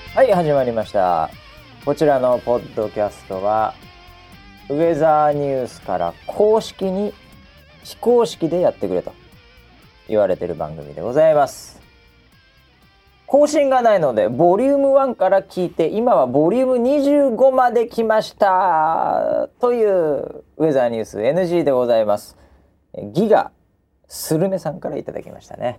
はい、始まりました。こちらのポッドキャストはウェザーニュースから公式に非公式でやってくれと言われている番組でございます。更新がないのでボリューム1から聞いて、今はボリューム25まで来ましたというウェザーニュース NG でございます。ギガスルメさんからいただきましたね。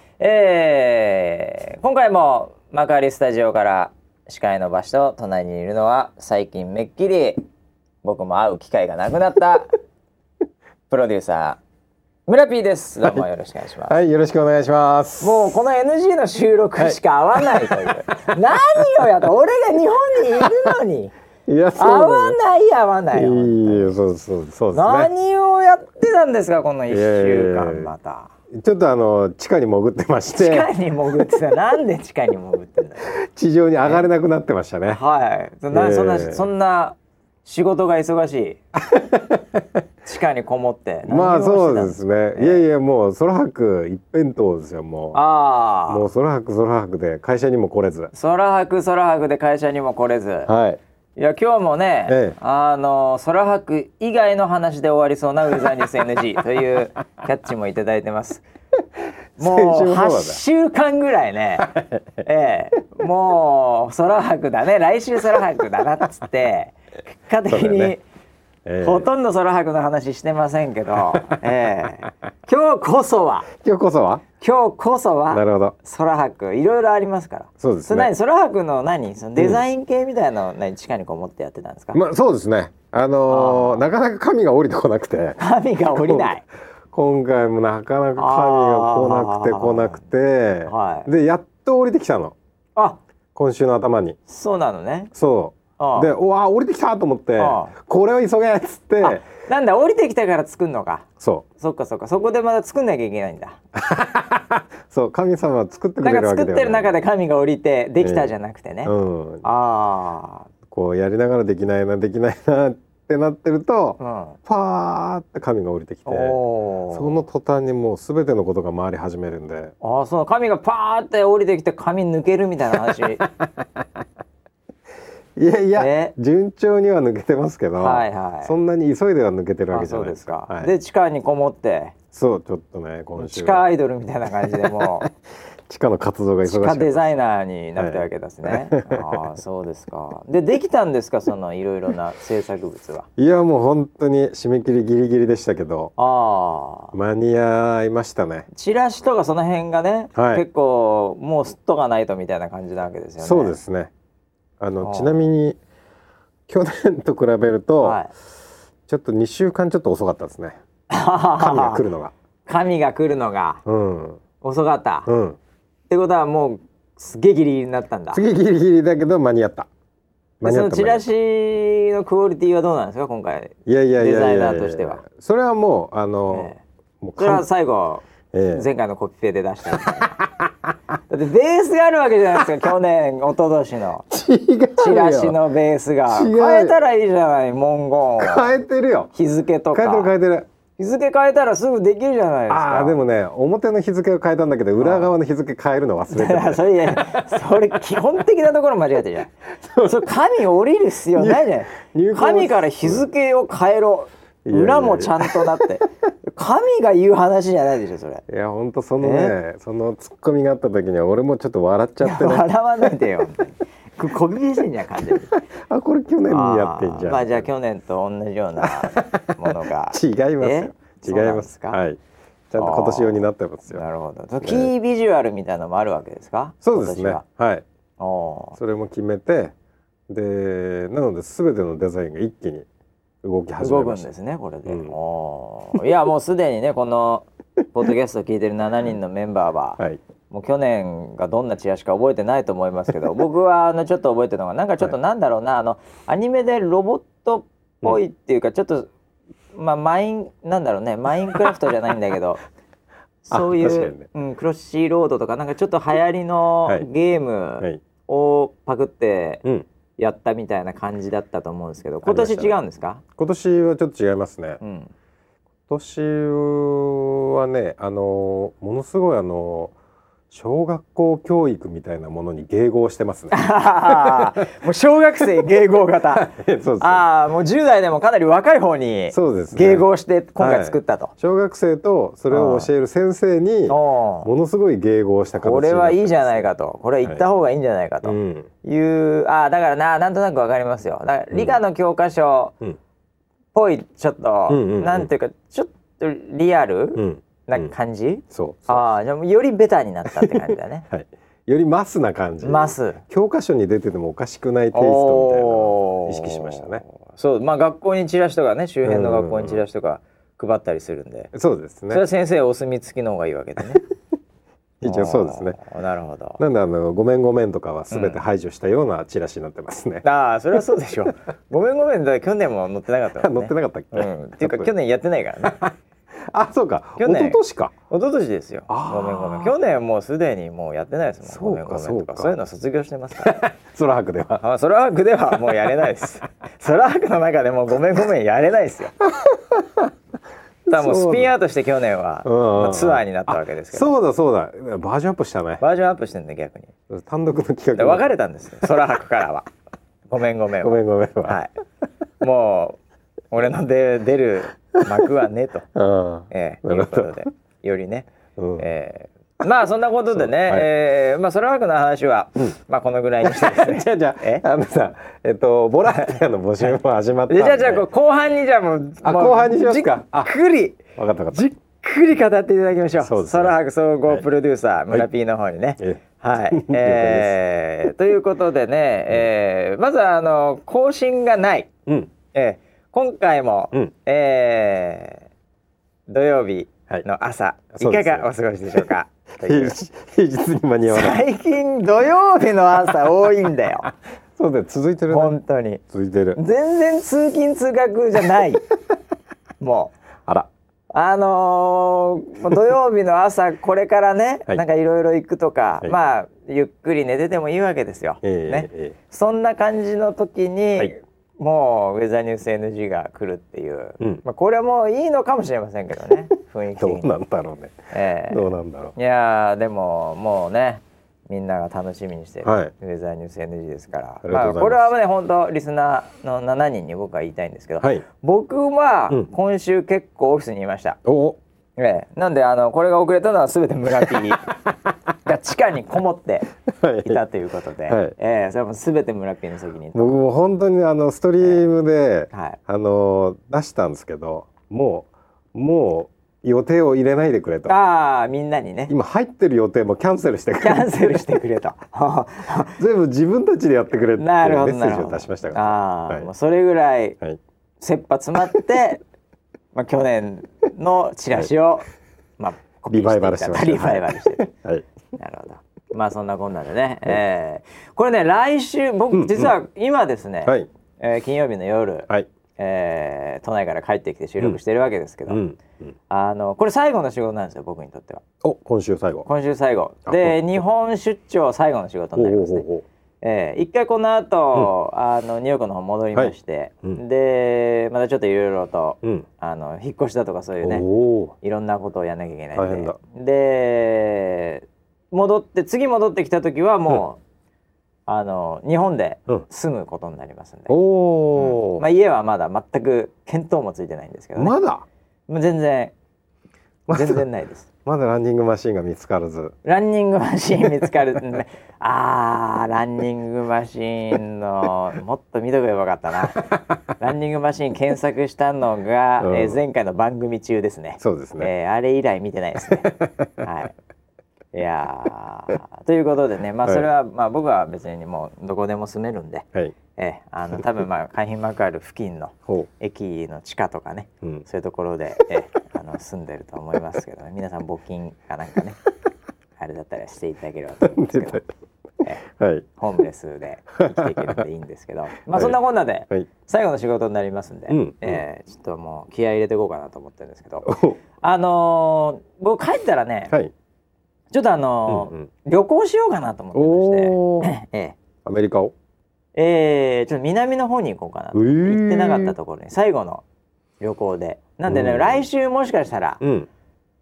今回も幕張スタジオから司会の場所と隣にいるのは、最近めっきり僕も会う機会がなくなったプロデューサー村 P です。どうもよろしくお願いします。 はい、よろしくお願いします。 もうこの NG の収録しか合わないという、何をやった、俺が日本にいるのにいや、そう合わないいや、そうですね。 何をやってたんですかこの1週間。またちょっと地下に潜ってまして。 地下に潜ってた。なんで地下に潜ってんだよ。 地上に上がれなくなってましたね。 はい。そんな仕事が忙しい地下にこもってまあそうですね。いやもう空白一辺倒ですよ。もう空白で会社にも来れず。 空白で会社にも来れず。 はい。 いや今日もね、空白以外の話で終わりそうなウェザーニュース NG というキャッチもいただいてます。もう8週間ぐらいね、もう空白だね、来週空白だなっつって結果的に、ほとんど空白の話してませんけど、今日こそはなるほど、 空白いろいろありますから。 そうですね。 空白のそのデザイン系みたいなの地下にこもってやってたんですか。 まあそうですね。なかなか紙が降りてこなくて。 紙が降りない。 今回もなかなか紙が来なくて、でやっと降りてきたの。今週の頭に。そうなのね。そうで、うわ降りてきたと思って、これを急げっつって。なんだ、降りてきたから作んのか。そっかそこでまだ作んなきゃいけないんだ。そう、神様は作ってくれるわけではない。作ってる中で神が降りてできたじゃなくてね。こうやりながらできないなってなってると、パーって神が降りてきて、その途端にもう全てのことが回り始めるんで。その神がパーって降りてきて神抜けるみたいな話。いや、順調には抜けてますけど、そんなに急いでは抜けてるわけじゃないですか。で地下にこもって、そうちょっとね、今週地下アイドルみたいな感じでもう地下の活動が忙しい。地下デザイナーになったわけですね。そうですか。できたんですか、そのいろいろな制作物は。いやもう本当に締め切りギリギリでしたけど、間に合いましたね。チラシとかその辺がね、結構もうすっとかないとみたいな感じなわけですよね。そうですね。ちなみに去年と比べると、ちょっと2週間ちょっと遅かったですね。神が来るのが、遅かった。ってことはもうすげえギリギリになったんだ。すげえギリギリだけど間に合った。そのチラシのクオリティはどうなんですか今回。いやデザイナーとしては。それはもうそれは最後、前回のコピペで出したみたいな。だってベースがあるわけじゃないですか。去年一昨年のチラシのベースが変えたらいいじゃない。文言を変えてるよ。日付とか変えてる。日付変えたらすぐできるじゃないですか。でもね、表の日付を変えたんだけど裏側の日付変えるの忘れてた。それ基本的なところ間違えてるじゃん。それ紙降りる必要ないじゃない。紙から日付を変えろ、裏もちゃんとなって神が言う話じゃないでしょそれ。いや本当そのね、そのツッコミがあった時には俺もちょっと笑っちゃってね。笑わないでよ。コピペしてんじゃん完全に。これ去年にやってんじゃん。まあじゃあ去年と同じようなものが違いますよ。違いますか。はい。ちゃんと今年用になってますよ。なるほど。キービジュアルみたいなのもあるわけですか。そうですね。はい。それも決めて、でなので全てのデザインが一気に動き始めました。動くんですねこれで。いやもうすでにねこのポッドキャスト聞いてる7人のメンバーは、もう去年がどんなチラシか覚えてないと思いますけど、僕はちょっと覚えてるのがなんかちょっとなんだろうな、アニメでロボットっぽいっていうか、ちょっとなんだろうね、マインクラフトじゃないんだけどそういう、クロッシーロードとかなんかちょっと流行りのゲームをパクってやったみたいな感じだったと思うんですけど、今年違うんですか？今年はちょっと違いますね。今年はね、ものすごい小学校教育みたいなものに迎合してますね。 もう小学生迎合型。そうああ、もう10代でもかなり若い方に迎合して今回作ったと。 小学生とそれを教える先生にものすごい迎合した形になってます。 これはいいじゃないかと、これは言った方がいいんじゃないかという、だからなんとなくわかりますよ。だから理科の教科書っぽいちょっと、なんていうかちょっとリアル。な感じ、そうじゃあよりベタになったって感じだね。 はい、よりマスな感じ。 マス。 教科書に出ててもおかしくないテイストみたいなのを意識しましたね。 そう、まあ学校にチラシとかね、周辺の学校にチラシとか配ったりするんで。 そうですね。 それは先生お墨付きの方がいいわけでね。 一応そうですね。 なるほど。 なんでごめんごめんとかは全て排除したようなチラシになってますね。 ああ、それはそうでしょう。ごめんごめんだ去年も載ってなかったもんね。 載ってなかったっけ？ っていうか去年やってないからね。 あ、そうか。一昨年か。 一昨年ですよ。ごめんごめん。去年もうすでにもうやってないですもん。ごめんごめんとかそういうの卒業してますから。 空白では。 空白ではもうやれないです。空白の中でもごめんごめんやれないですよ。だもうスピンアウトして去年はツアーになったわけですけど。 そうだそうだ。バージョンアップしたね。 バージョンアップしてんね逆に。 単独の企画。 別れたんですよ。空白からは。ごめんごめん。 ごめんごめんは。 はい。もう俺の出る幕はねと。いうことでよりね。まあそんなことでね、まあ空白の話はまあこのぐらいにしてですね。 じゃあさ、ボランティアの募集も始まったんで。 じゃあ後半にじゃあもう後半にしますか。 じっくり。 分かった分かった。 じっくり語っていただきましょう。空白総合プロデューサー村 P の方にね。はい。ということでね、まずは更新がない。今回も土曜日の朝いかがお過ごしでしょうか。 平日に間に合わない。 最近土曜日の朝多いんだよ。 そうだよ、続いてるね。 本当に続いてる。 全然通勤通学じゃない。もうあら土曜日の朝これからね、なんかいろいろ行くとか、まあゆっくり寝ててもいいわけですよ。ね、そんな感じの時に、もうウェザーニュース NG が来るっていう、まあこれもいいのかもしれませんけどね、雰囲気どうなんだろうね。どうなんだろう。 いやでももうね、みんなが楽しみにしてる、ウェザーニュース NG ですから、まあこれはね本当リスナーの7人に僕は言いたいんですけど、僕は今週結構オフィスにいました。なんでこれが遅れたのは全て村 P が地下にこもっていたということで、それはもう全て村 P の責任。 僕も本当にストリームで、出したんですけど、もう予定を入れないでくれと。 みんなにね。 今入ってる予定もキャンセルしてくれ。 キャンセルしてくれと。 全部自分たちでやってくれってメッセージを出しましたから。 もうそれぐらい切羽詰まって、まあ去年のチラシをまあリバイバルしてました。 リバイバルして。なるほど。まあそんなこんなでね。これね来週僕実は今ですね、金曜日の夜。都内から帰ってきて収録してるわけですけど、これ最後の仕事なんですよ、僕にとっては。 今週最後で、日本出張最後の仕事になりますね。一回この後、ニューヨークの方戻りまして、でまたちょっといろいろと、引っ越しだとかそういうねいろんなことをやんなきゃいけないんで、次戻ってきた時はもう、日本で住むことになりますんで、まあ、家はまだ全く見当もついてないんですけどね。 まだ全然ないです。 まだランニングマシーンが見つからず。 ランニングマシーン見つかるね。ランニングマシーンのもっと見とけばよかったな。ランニングマシーン検索したのが、前回の番組中ですね。 そうですね。 あれ以来見てないですね。いやということでね、まあそれはまあ僕は別にもうどこでも住めるんで、多分まあ海浜幕張付近の駅の地下とかね、そういうところで住んでると思いますけどね、皆さん募金かなんかねあれだったらしていただければと思うんですけど、ホームレスで生きていけるんでいいんですけど、まあそんなこんなで最後の仕事になりますんで、ちょっともう気合い入れていこうかなと思ってるんですけど、僕帰ったらね、ちょっと旅行しようかなと思ってまして、 アメリカをちょっと南の方に行こうかなと、行ってなかったところに最後の旅行で、なんでね、来週もしかしたら、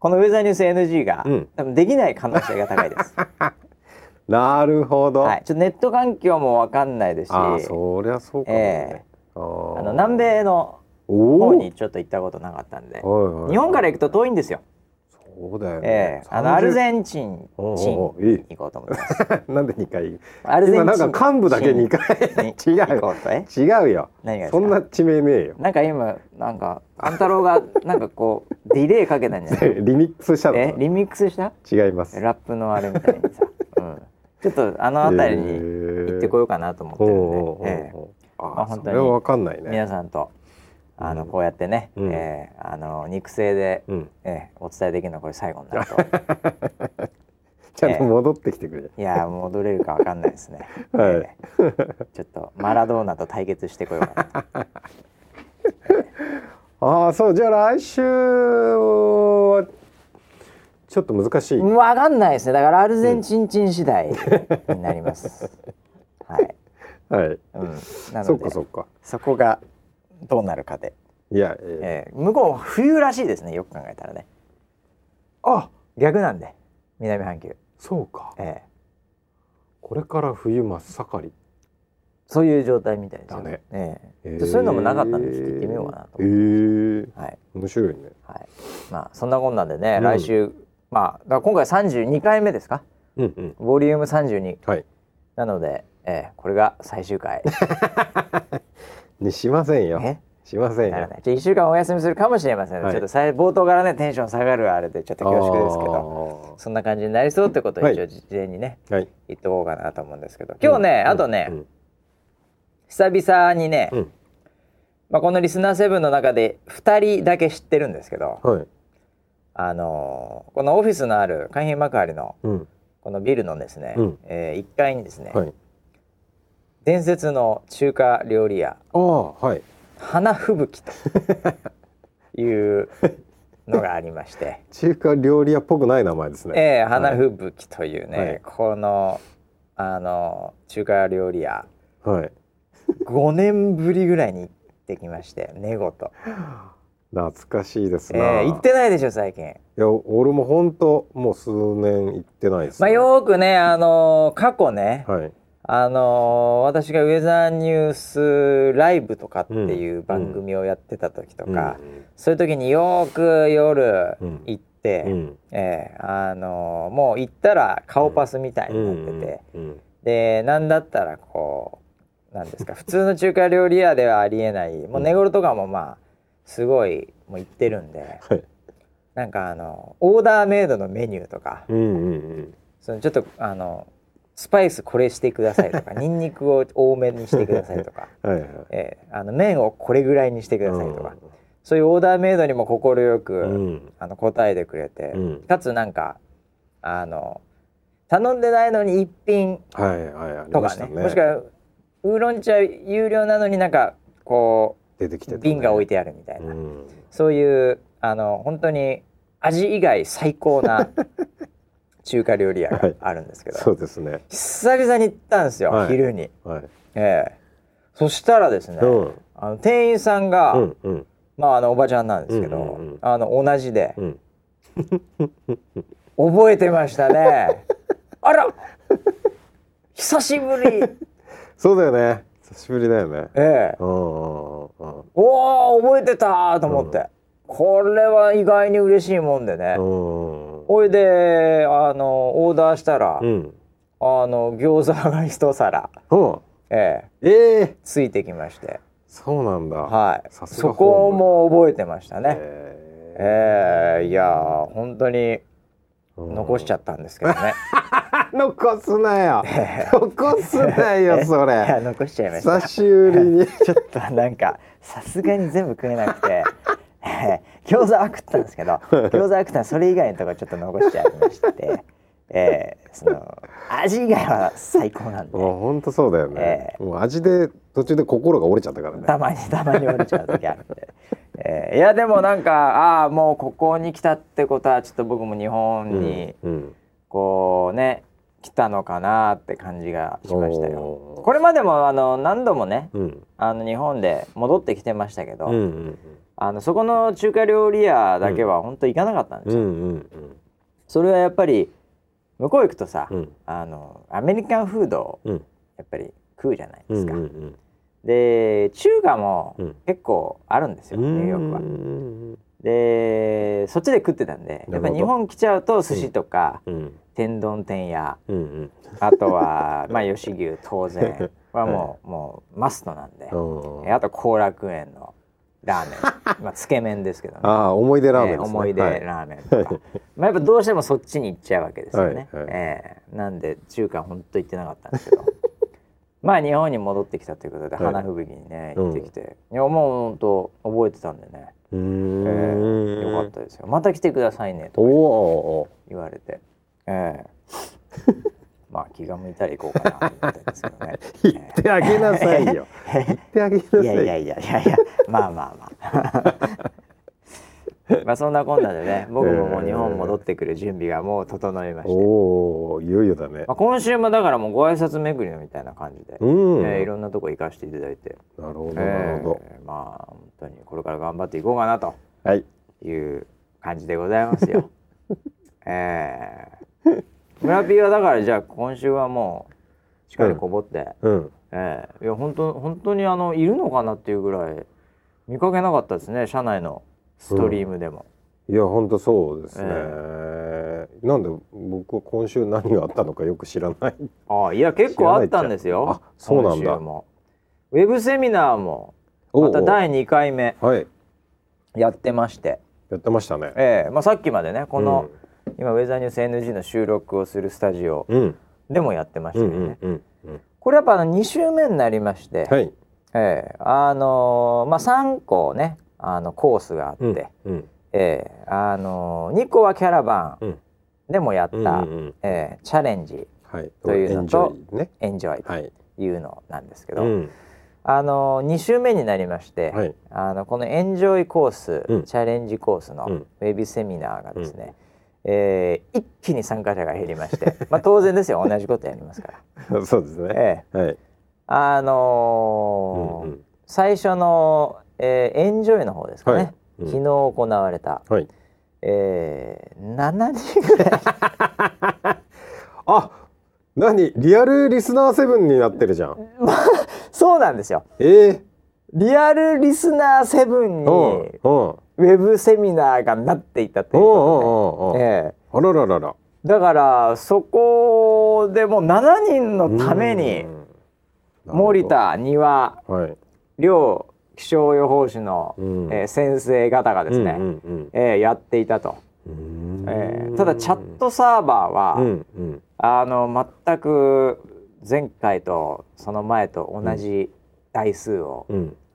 このウェザーニュース NG が、多分できない可能性が高いです。 なるほど、 はい、ちょっとネット環境も分かんないですし、 そりゃそうかもね、 南米の方にちょっと行ったことなかったんで、日本から行くと遠いんですよ。 そうだよね、 アルゼンチン行こうと思います。 なんで2回今なんか幹部だけ2回違うよ。 何がですか？ そんな地名ねえよ。 なんか今なんかあんたろうがなんかこうディレイかけたんじゃない？ リミックスしたの？ リミックスした？ 違います。 ラップのあれみたいにさ、ちょっと辺りに行ってこようかなと思ってるんで、本当にそれは分かんないね。 皆さんとこうやってね、肉声で、お伝えできるのはこれ最後になると。 ちゃんと戻ってきてくれ。 いや戻れるか分かんないですね。ちょっとマラドーナと対決してこようかなと。 そう、じゃあ来週はちょっと難しい。 分かんないですね。だからアルゼンチン次第になります。はい。 はい。 なのでそこがどうなるかで。 いや、 向こう冬らしいですね。よく考えたらね。逆なんで南半球。 そうか。これから冬真っ盛り。 そういう状態みたいですよね。そういうのもなかったんでちょっと行ってみようかなと。はい。 面白いね。 はい。そんなこんなんでね、来週だから今回32回目ですか。ボリューム32。はい。なので、これが最終回。 にしませんよ。しませんよ。 1週間お休みするかもしれません。ちょっと冒頭からねテンション下がるあれでちょっと恐縮ですけど、そんな感じになりそうってことを一応事前にね言っておこうかなと思うんですけど、今日ねあとね久々にね、このリスナー7の中で2人だけ知ってるんですけど、このオフィスのある海浜幕張のこのビルのですね1階にですね、伝説の中華料理屋、花吹雪というのがありまして中華料理屋っぽくない名前ですね。 花吹雪というね、この中華料理屋、5年ぶりぐらいに行ってきまして、寝言懐かしいですね。 行ってないでしょ最近。いや俺も本当もう数年行ってないですね。 よくね過去ね、私がウェザーニュースライブとかっていう番組をやってた時とか、そういう時によく夜行って、もう行ったら顔パスみたいになってて、でなんだったらこうなんですか普通の中華料理屋ではありえないもう寝頃とかもすごいもう行ってるんで、なんかオーダーメイドのメニューとか、そのちょっとスパイスこれしてくださいとかニンニクを多めにしてくださいとか麺をこれぐらいにしてくださいとか、そういうオーダーメイドにも快く、答えてくれて、かつなんか頼んでないのに一品とかね、もしくはウーロン茶有料なのになんかこう出てきて瓶が置いてあるみたいな、そういう本当に味以外最高な中華料理屋があるんですけど、 そうですね、 久々に行ったんですよ、昼に。そしたらですね、店員さんが、おばちゃんなんですけど、同じで、覚えてましたね。あら久しぶり。 そうだよね、久しぶりだよね。 おお覚えてたと思って、これは意外に嬉しいもんでね。ほいでオーダーしたら、餃子が一皿、ついてきまして。 そうなんだ。 はい。そこも覚えてましたね。いや本当に残しちゃったんですけどね。 残すなよ。残すなよそれ。 いや残しちゃいました。 久しぶりに。 ちょっとなんかさすがに全部食えなくて。餃子は食ったんですけど、餃子は食ったらそれ以外のところちょっと残しちゃいまして、その味以外は最高なんで。 もう本当そうだよね。もう味で途中で心が折れちゃったからね。 たまに折れちゃう時あるんで。いやでもなんかもうここに来たってことはちょっと僕も日本にこうね来たのかなって感じがしましたよ。これまでも何度もね、日本で戻ってきてましたけど、そこの中華料理屋だけは本当行かなかったんですよ。それはやっぱり向こう行くとさ、アメリカンフードをやっぱり食うじゃないですか。で中華も結構あるんですよ、ニューヨークは。でそっちで食ってたんで、やっぱ日本来ちゃうと寿司とか、天丼天屋、あとはまあ吉牛当然はもうマストなんで、あと後楽園のラーメン、まあつけ麺ですけどね。 思い出ラーメンですね。 思い出ラーメンとか、まあやっぱどうしてもそっちに行っちゃうわけですよね。なんで中華本当行ってなかったんですけど。まあ日本に戻ってきたということで、花吹雪にね行ってきて、いやもう本当覚えてたんでね、よかったですよ。また来てくださいねと言われて、まあ気が向いたら行こうかなと思ってるんですけどね。 言ってあげなさいよ。言ってあげなさい。 いやまあまあそんなこんなでね、僕ももう日本戻ってくる準備がもう整いまして、 いよいよだね。 まあ、今週もだからもうご挨拶巡りみたいな感じで、いろんなとこ行かせていただいて、 なるほどなるほど。 まあ本当にこれから頑張っていこうかなという感じでございますよ。村 P はだからじゃあ今週はもうしっかりこぼって、いや本当にいるのかなっていうぐらい見かけなかったですね、社内のストリームでも。 いや本当そうですね。なんで僕は今週何があったのかよく知らない。 いや結構あったんですよ。 そうなんだ。 ウェブセミナーもまた第2回目やってまして。 やってましたね。 まあさっきまでねこの、今ウェザーニュース NG の収録をするスタジオでもやってましたよね。これやっぱ2週目になりまして、まあ3個ねコースがあって、2個はキャラバンでもやった、チャレンジというのとエンジョイというのなんですけど、2週目になりまして、このエンジョイコース、チャレンジコースのウェブセミナーがですね、一気に参加者が減りまして、まあ当然ですよ、同じことやりますから。 そうですね。 最初のエンジョイの方ですかね、昨日行われた、7人ぐらい何リアルリスナー7になってるじゃん。 そうなんですよ。リアルリスナー7にウェブセミナーがなっていたということで、 あらららら。 だからそこでもう7人のために森田庭両気象予報士の、先生方がですね、やっていたと。ただチャットサーバーは、全く前回とその前と同じ台数を、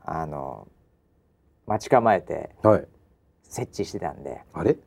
待ち構えて設置してたんで、 あれ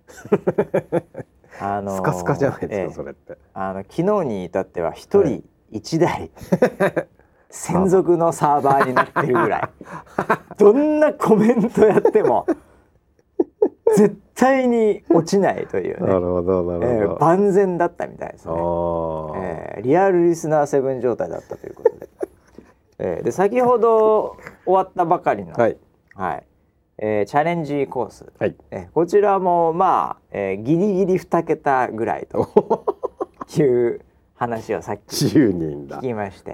スカスカじゃないですか、それって。 昨日に至っては1人1台、専属のサーバーになってるぐらいどんなコメントやっても絶対に落ちないというね。 なるほどなるほど。 万全だったみたいですね。リアルリスナー7状態だったということで、で先ほど終わったばかりの、チャレンジコース、こちらもまあ、ギリギリ2桁ぐらいという話をさっき聞きまして、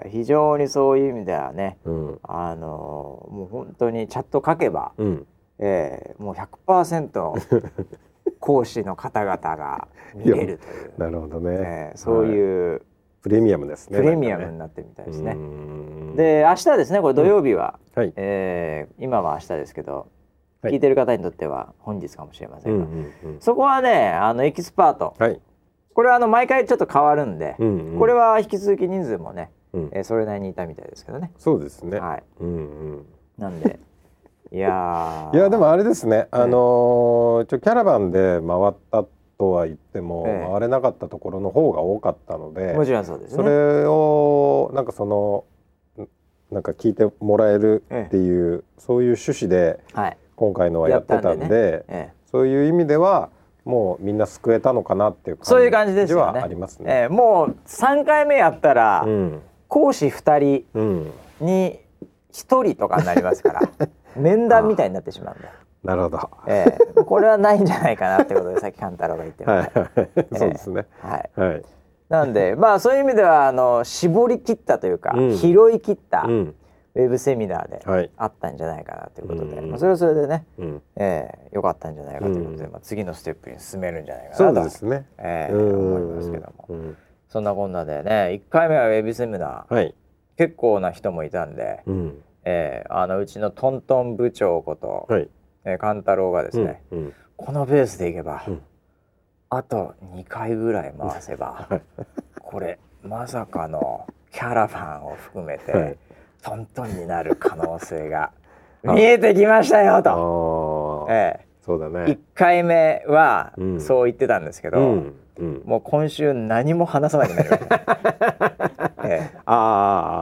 非常にそういう意味ではね、もう本当にチャット書けば、もう 100% 講師の方々が見れるというなるほどね、 そういう、 プレミアムですね。 プレミアムになってみたいですね。で明日ですね、これ土曜日は、今は明日ですけど、聞いてる方にとっては本日かもしれませんが、そこはねエキスパート、これは毎回ちょっと変わるんで、これは引き続き人数もね、それなりにいたみたいですけどね。 そうですね。 なんでいやでもあれですね、キャラバンで回ったとは言っても、回れなかったところの方が多かったので、 もちろんそうですね。 それをなんか聞いてもらえるっていう、そういう趣旨で今回のはやってたんで、そういう意味ではもうみんな救えたのかなっていう感じではありますね。 もう3回目やったら、講師2人に1人とかになりますから面談みたいになってしまうんで。 なるほど、 これはないんじゃないかなってことでさっき勘太郎が言ってました、 そうですね。 なんでまあそういう意味では絞り切ったというか、拾い切った、ウェブセミナーであったんじゃないかなということで、それはそれでね、良かったんじゃないかということで、次のステップに進めるんじゃないかなとそうですね、 思いますけども、そんなこんなでね1回目はウェブセミナー、結構な人もいたんで、うちのトントン部長こと、勘太郎がですね、このペースでいけば、あと2回ぐらい回せば、これまさかのキャラバンを含めて、トントンになる可能性が見えてきましたよと。 そうだね。 1回目はそう言ってたんですけど、もう今週何も話さなくなりました。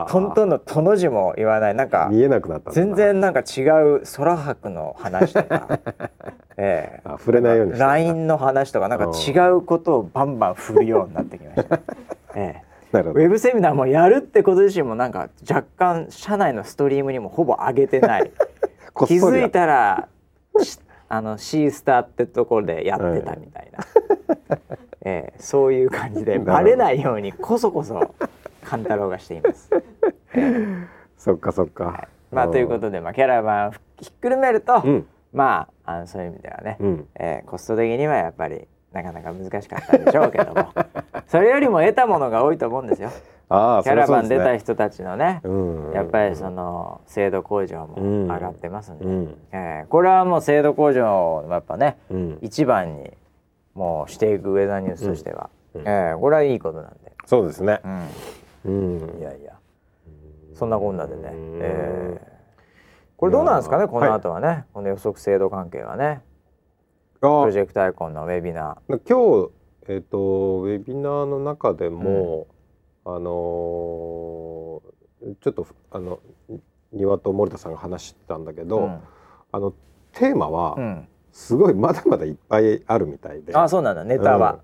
トントンのトの字も言わない、なんか見えなくなった。 全然なんか違う空白の話とか、 触れないようにして LINE の話とかなんか違うことをバンバン振るようになってきました。ウェブセミナーもやるってこと自身もなんか若干社内のストリームにもほぼ上げてない気づいたらC スターってところでやってたみたいな、そういう感じでバレないようにこそこそ勘太郎がしています。 そっかそっか、 まあということで、キャラバンひっくるめると、まあそういう意味ではね、コスト的にはやっぱりなかなか難しかったんでしょうけどもそれよりも得たものが多いと思うんですよ。キャラバン出た人たちのね、やっぱりその精度向上も上がってますんで、これはもう精度向上をやっぱね、一番にもうしていくウェザーニュースとしては、これはいいことなんで。 そうですね。 いやいや、そんなこんなでね、これどうなんですかね、この後はね、この予測精度関係はね、プロジェクトアイコンのウェビナー。 今日ウェビナーの中でも、ちょっと庭と森田さんが話してたんだけど、テーマはすごいまだまだいっぱいあるみたいで。 そうなんだ。ネタは、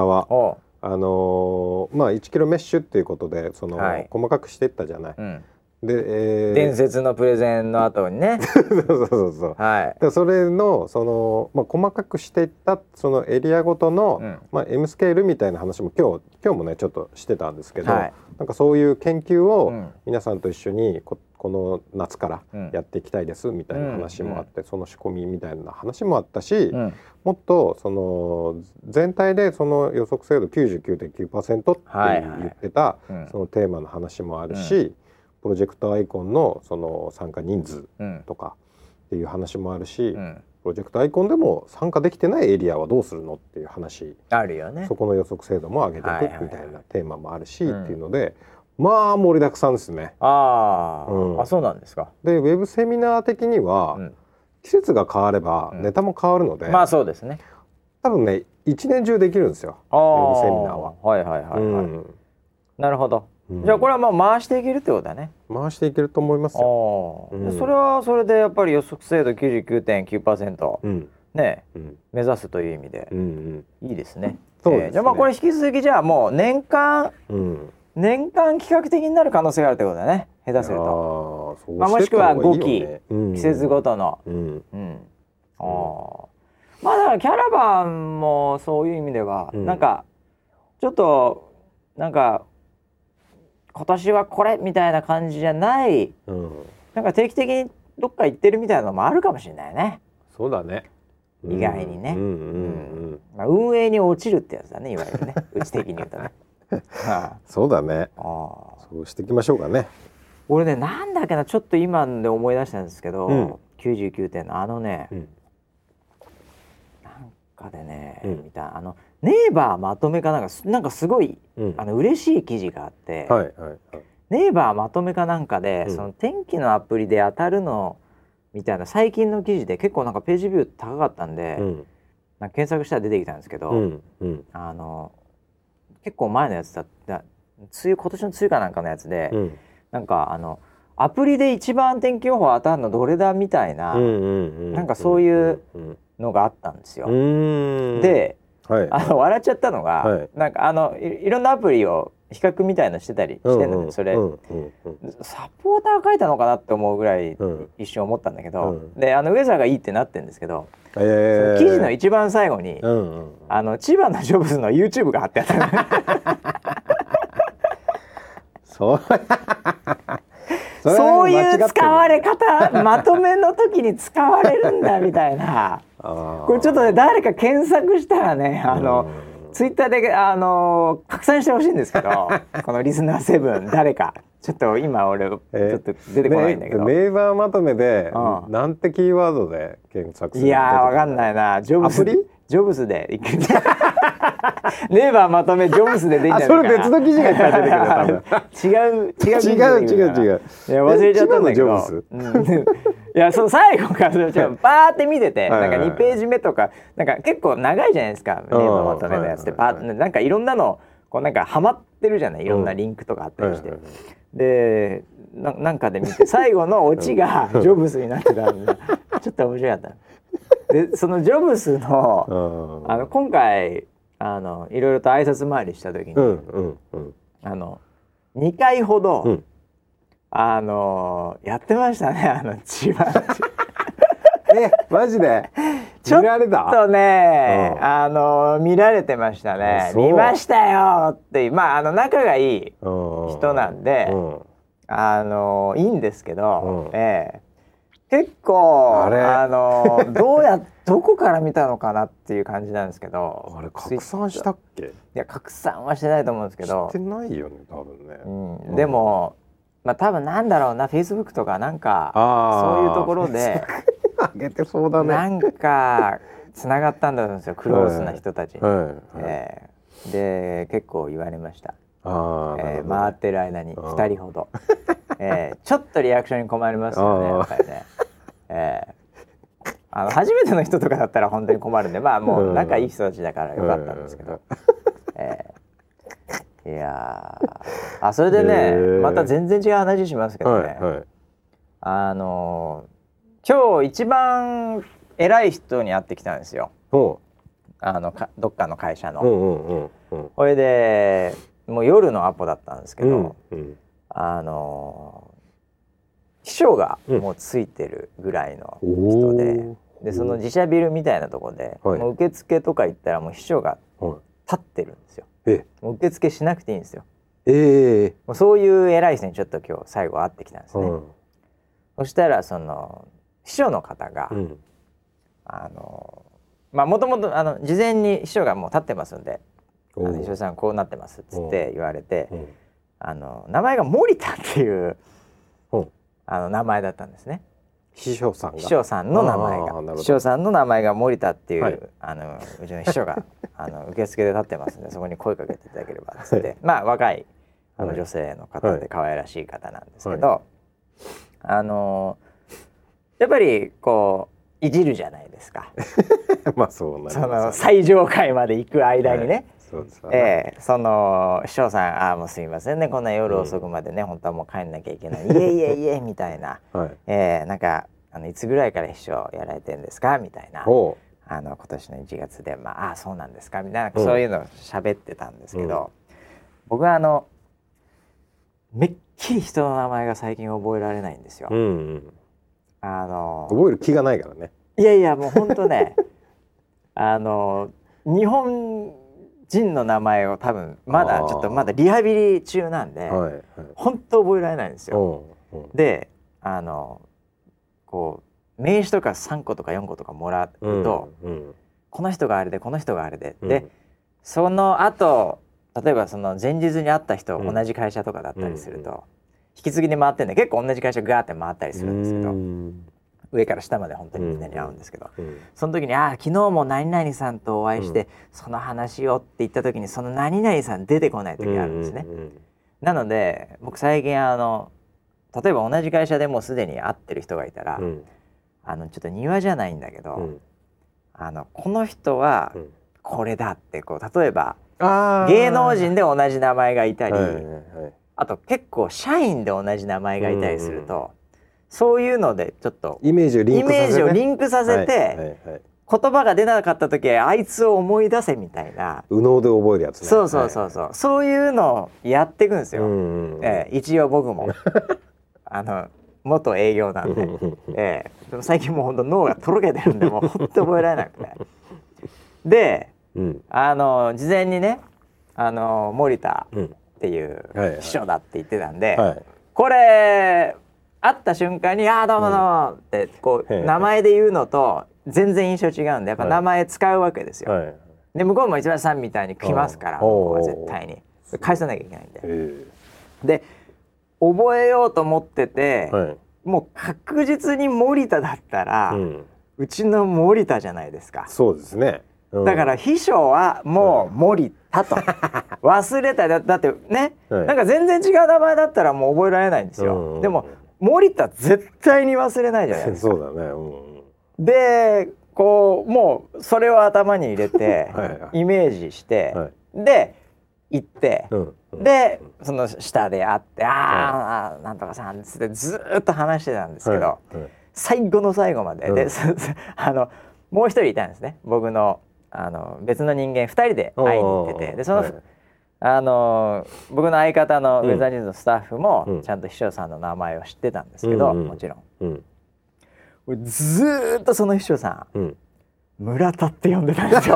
1キロメッシュっていうことで細かくしていったじゃない。 で、伝説のプレゼンの後にねそれの細かくしていったそのエリアごとの、M スケールみたいな話も今日もねちょっとしてたんですけど、なんかそういう研究を皆さんと一緒にこの夏からやっていきたいですみたいな話もあって、その仕込みみたいな話もあったし、もっとその全体でその予測精度 99.9% って言ってたそのテーマの話もあるし、プロジェクトアイコンのその参加人数とかっていう話もあるし、プロジェクトアイコンでも参加できてないエリアはどうするのっていう話あるよね。 そこの予測精度も上げていくみたいなテーマもあるし、っていうので、まあ盛りだくさんですね。 そうなんですか。 でウェブセミナー的には、季節が変わればネタも変わるので、 そうですね。 多分ね一年中できるんですよ、ウェブセミナーは。 なるほど。じゃあこれはまあ回していけるってことだね。 回していけると思いますよ。 それはそれでやっぱり予測精度 99.9% ね、目指すという意味でいいですね。じゃあこれ引き続きじゃあもう年間企画的になる可能性があるってことだね、下手すると。もしくは5期季節ごとの。だからキャラバンもそういう意味ではなんかちょっとなんか今年はこれみたいな感じじゃない、なんか定期的にどっか行ってるみたいなのもあるかもしれないね。 そうだね。 意外にね。運営に落ちるってやつだね、いわゆるね。うち的に言うとね。 そうだね。そうしていきましょうかね。 俺ね、なんだっけな、ちょっと今で思い出したんですけど、99点のなんかでね、見たネイバーまとめかなんかすごい、嬉しい記事があって、ネイバーまとめかなんかで、その天気のアプリで当たるのみたいな最近の記事で結構なんかページビュー高かったんで、なんか検索したら出てきたんですけど、結構前のやつだった今年の梅雨かなんかのやつで、なんかアプリで一番天気予報当たるのどれだみたいな、なんかそういうのがあったんですよ。で、はい、笑っちゃったのが、はい、なんかいろんなアプリを比較みたいのしてたりしてるので、それ、サポーター書いたのかなって思うぐらい一瞬思ったんだけど、でウェザーがいいってなってるんですけど、その記事の一番最後に、千葉のジョブズの YouTube が貼ってあったそういう使われ方まとめの時に使われるんだみたいなこれちょっとね誰か検索したらねツイッターで拡散してほしいんですけどこのリスナー7誰かちょっと今俺ちょっと出てこないんだけど、 ネイバーまとめで、なんてキーワードで検索する？ いやーわかんないな。ジョブズ、ジョブズでいくネイバーまとめジョブズででいいんじゃないかな。 それ別の記事がいっぱい出てくる多分。違う。 いや忘れちゃったんだけど。いや最後からバーって見ててなんか2ページ目とかなんか結構長いじゃないですか。ネイバーまとめのやつってバーってなんかいろんなのこうなんかハマってるじゃない。いろんなリンクとかあったりして。でなんかで見て最後のオチがジョブスになってたんでちょっと面白かった。でそのジョブスの今回いろいろと挨拶回りした時に、2回ほど、やってましたね千葉マジでちょっとね、見られてましたね。見ましたよってまあ仲がいい人なんで、いいんですけど、結構どこから見たのかなっていう感じなんですけど、 あれ拡散したっけ？いや拡散はしてないと思うんですけど、 してないよね多分ね。 でもまあ多分なんだろうな、Facebook とかなんかそういうところで上げてそうだね。 なんかつながったんだと思うんですよ、クロースな人たちに。で結構言われました。回ってる間に2人ほど、ちょっとリアクションに困りますよねやっぱりね。初めての人とかだったら本当に困るんで、まあもう仲いい人たちだからよかったんですけど、いやそれでね、また全然違う話しますけどね、今日一番偉い人に会ってきたんですよ。どっかの会社の。それでもう夜のアポだったんですけど、秘書がもうついてるぐらいの人で、その自社ビルみたいなところで、もう受付とか行ったらもう秘書が立ってるんですよ。もう受付しなくていいんですよ。もうそういう偉い人にちょっと今日最後会ってきたんですね。そしたらその秘書の方が、まあもともと事前に秘書がもう立ってますんで、秘書さんこうなってますっつって言われて、名前が森田っていう名前だったんですね。 秘書さんの名前が秘書さんの名前が森田っていう、うちの秘書が受付で立ってますんで、そこに声かけていただければっつって、まあ若い女性の方で可愛らしい方なんですけど、やっぱりこういじるじゃないですか。 まあそうなんです、 その最上階まで行く間にね、その秘書さんもうすいませんね、こんな夜遅くまでね、本当はもう帰んなきゃいけない、いえみたいな、なんかいつぐらいから秘書やられてるんですかみたいな、今年の1月でそうなんですかみたいな、そういうのを喋ってたんですけど、僕はめっきり人の名前が最近覚えられないんですよ。 覚える気がないからね。 いやもう本当ね日本人の名前を多分まだリハビリ中なんで、本当覚えられないんですよ。でこう名刺とか3個とか4個とかもらうと、この人があれでこの人があれで、でその後例えばその前日に会った人、同じ会社とかだったりすると、引き継ぎで回ってんで結構同じ会社ガーって回ったりするんですけど、上から下まで本当にみんなに会うんですけど、その時に昨日も何々さんとお会いして、その話をって言った時にその何々さん出てこない時あるんですね。なので僕最近例えば同じ会社でもうすでに会ってる人がいたら、ちょっと庭じゃないんだけど、この人はこれだってこう例えば芸能人で同じ名前がいたり、あと結構社員で同じ名前がいたりすると、そういうのでちょっとイメージをリンクさせて、 言葉が出なかった時あいつを思い出せみたいな、 右脳で覚えるやつね。 そうそうそうそう、そういうのをやっていくんですよ、一応僕も元営業なんで、でも最近もうほんと脳がとろけてるんでもうほんと覚えられなくてで、事前にね森田っていう秘書だって言ってたんで、これ会った瞬間に「ああどうもどうも」ってこう名前で言うのと全然印象違うんでやっぱ名前使うわけですよ。で向こうも市橋さんみたいに来ますから絶対に返さなきゃいけないんで。で覚えようと思ってて、もう確実に森田だったら、うちの森田じゃないですか。 そうですね。 だから秘書はもう森田と忘れた。だってね、なんか全然違う名前だったらもう覚えられないんですよ。でも森田絶対に忘れないじゃないですか。 そうだね。 でこうもうそれを頭に入れてイメージして、で行って、でその下で会って「ああなんとかさん」っつってずっと話してたんですけど、最後の最後まで、でもう一人いたんですね、僕の別の人間2人で会いに行ってて、でその僕の相方のウェザーニューズのスタッフもちゃんと秘書さんの名前を知ってたんですけど、もちろん、ずっとその秘書さん、村田って呼んでたんですよ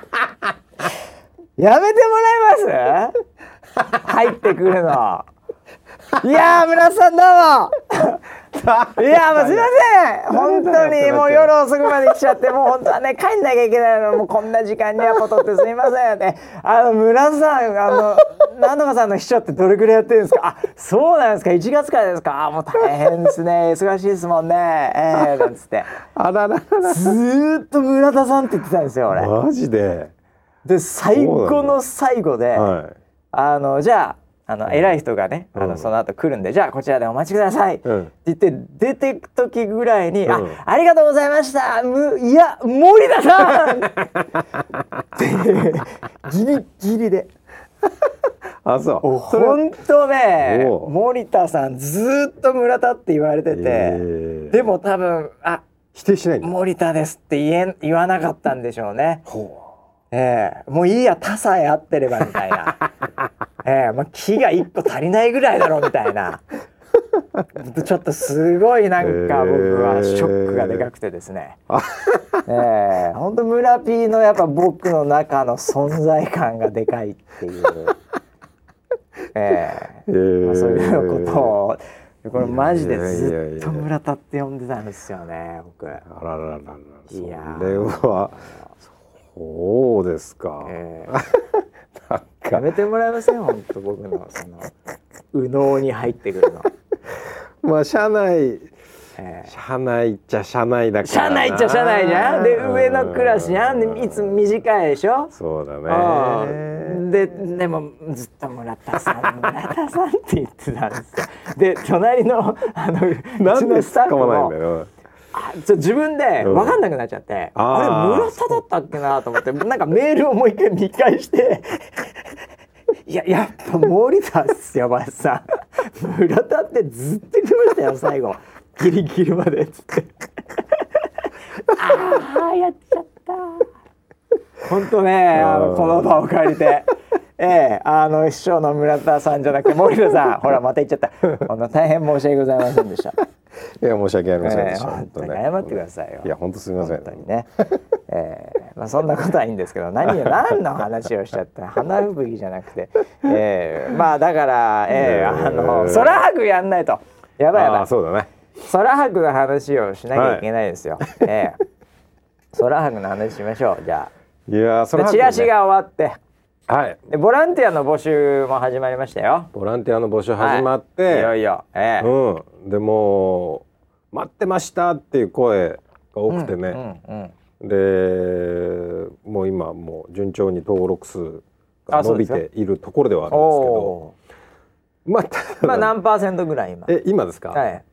やめてもらえます入ってくるの。いや村田さんどうもいやもうすいません本当にもう夜遅くまで来ちゃってもう本当はね帰んなきゃいけないのもうこんな時間にアポ取ってすいませんって村田さんなんとかさんの秘書ってどれくらいやってるんですか。あそうなんですか1月からですか。もう大変ですね忙しいですもんねなんつってずーっと村田さんって言ってたんですよ俺。 マジで。 で最後の最後で、じゃあ偉い人がねその後来るんで、じゃあこちらでお待ちください、って言って出てく時ぐらいに、ありがとうございましたいや森田さんってギリギリでそう本当ね森田さんずっと村田って言われてて、でも多分否定しないんだ。 森田ですって言わなかったんでしょうね。もういいや他さえ合ってればみたいな木が1個足りないぐらいだろうみたいなちょっとすごいなんか僕はショックがでかくてですね、ほんと村 P のやっぱ僕の中の存在感がでかいっていう、そういうことをこれマジでずっと村田って呼んでたんですよね僕。 あらららら、それはそうですか。 やめてもらえません本当僕のその右脳に入ってくるの。 まあ社内っちゃ社内だからな。 社内っちゃ社内じゃん。で上のクラスじゃん。でいつ短いでしょ。 そうだね。 でもずっと村田さんって言ってたんですよ。で隣のうちのスタッフも自分で分かんなくなっちゃって、あれ村田だったっけなと思ってなんかメールをもう一回見返してやっぱ森田っすよ林さん村田ってずっと言ってましたよ最後ギリギリまでっつってやっちゃった本当ねこの場を借りて秘書の村田さんじゃなくて森田さんほらまた言っちゃった大変申し訳ございませんでした。 いや申し訳ありませんでした。 本当に謝ってくださいよ。 いや本当すみません。 本当にね。そんなことはいいんですけど何の話をしちゃった花吹雪じゃなくて、まあだから空白やんないとやばい。 そうだね。 空白の話をしなきゃいけないですよ。空白の話しましょうじゃあ。 いや空白、 チラシが終わって。 でボランティアの募集も始まりましたよ。 ボランティアの募集始まって、 いよいよ、 でも待ってましたっていう声が多くてね、でもう今もう順調に登録数が伸びているところではあるんですけど、 まあ何%ぐらい今ですか。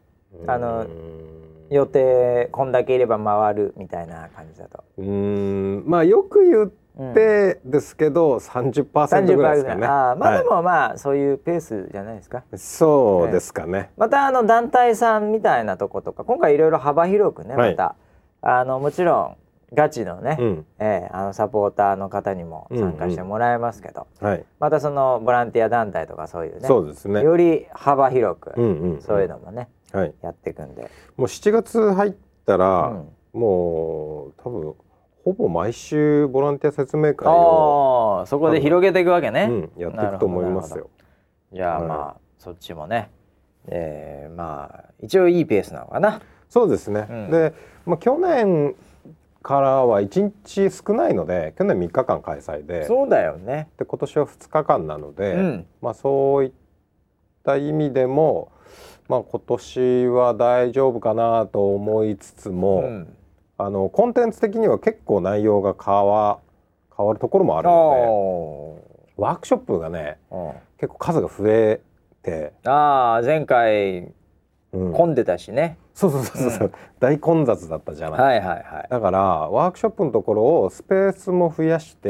予定こんだけいれば回るみたいな感じだと。 まあよく言ってですけど、30% ぐらいですかね。 まあでもまあそういうペースじゃないですか。 そうですかね。 また団体さんみたいなとことか今回いろいろ幅広くね、またもちろガチのね、サポーターの方にも参加してもらえますけど、またそのボランティア団体とかそういうね、 そうですね、 より幅広く、そういうのもね、やっていくんで、 もう7月入ったら、もう多分ほぼ毎週ボランティア説明会をそこで広げていくわけね、 やっていくと思いますよ。 じゃあまあそっちもね、まあ一応いいペースなのかな。 そうですね、で、去年からは1日少ないので、去年3日間開催で、 そうだよね、 で今年は2日間なので、そういった意味でも、今年は大丈夫かなと思いつつも、コンテンツ的には結構内容が変わるところもあるので、ワークショップがね、結構数が増えて、 前回混んでたしね、 そう大混雑だったじゃない。だからワークショップのところをスペースも増やして、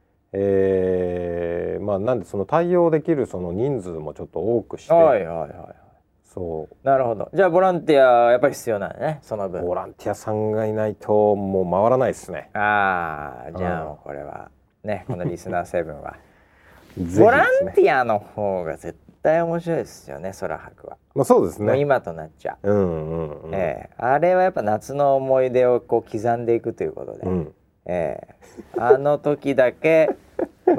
なんでその対応できるその人数もちょっと多くして、そうなるほど。じゃあボランティアやっぱり必要なんだね、その分。 ボランティアさんがいないともう回らないですね。 じゃあもうこれはね、このリスナー7はボランティアの方が絶対面白いですよね、空白は。そうですね。もう今となっちゃう。あれはやっぱ夏の思い出をこう刻んでいくということで、あの時だけブ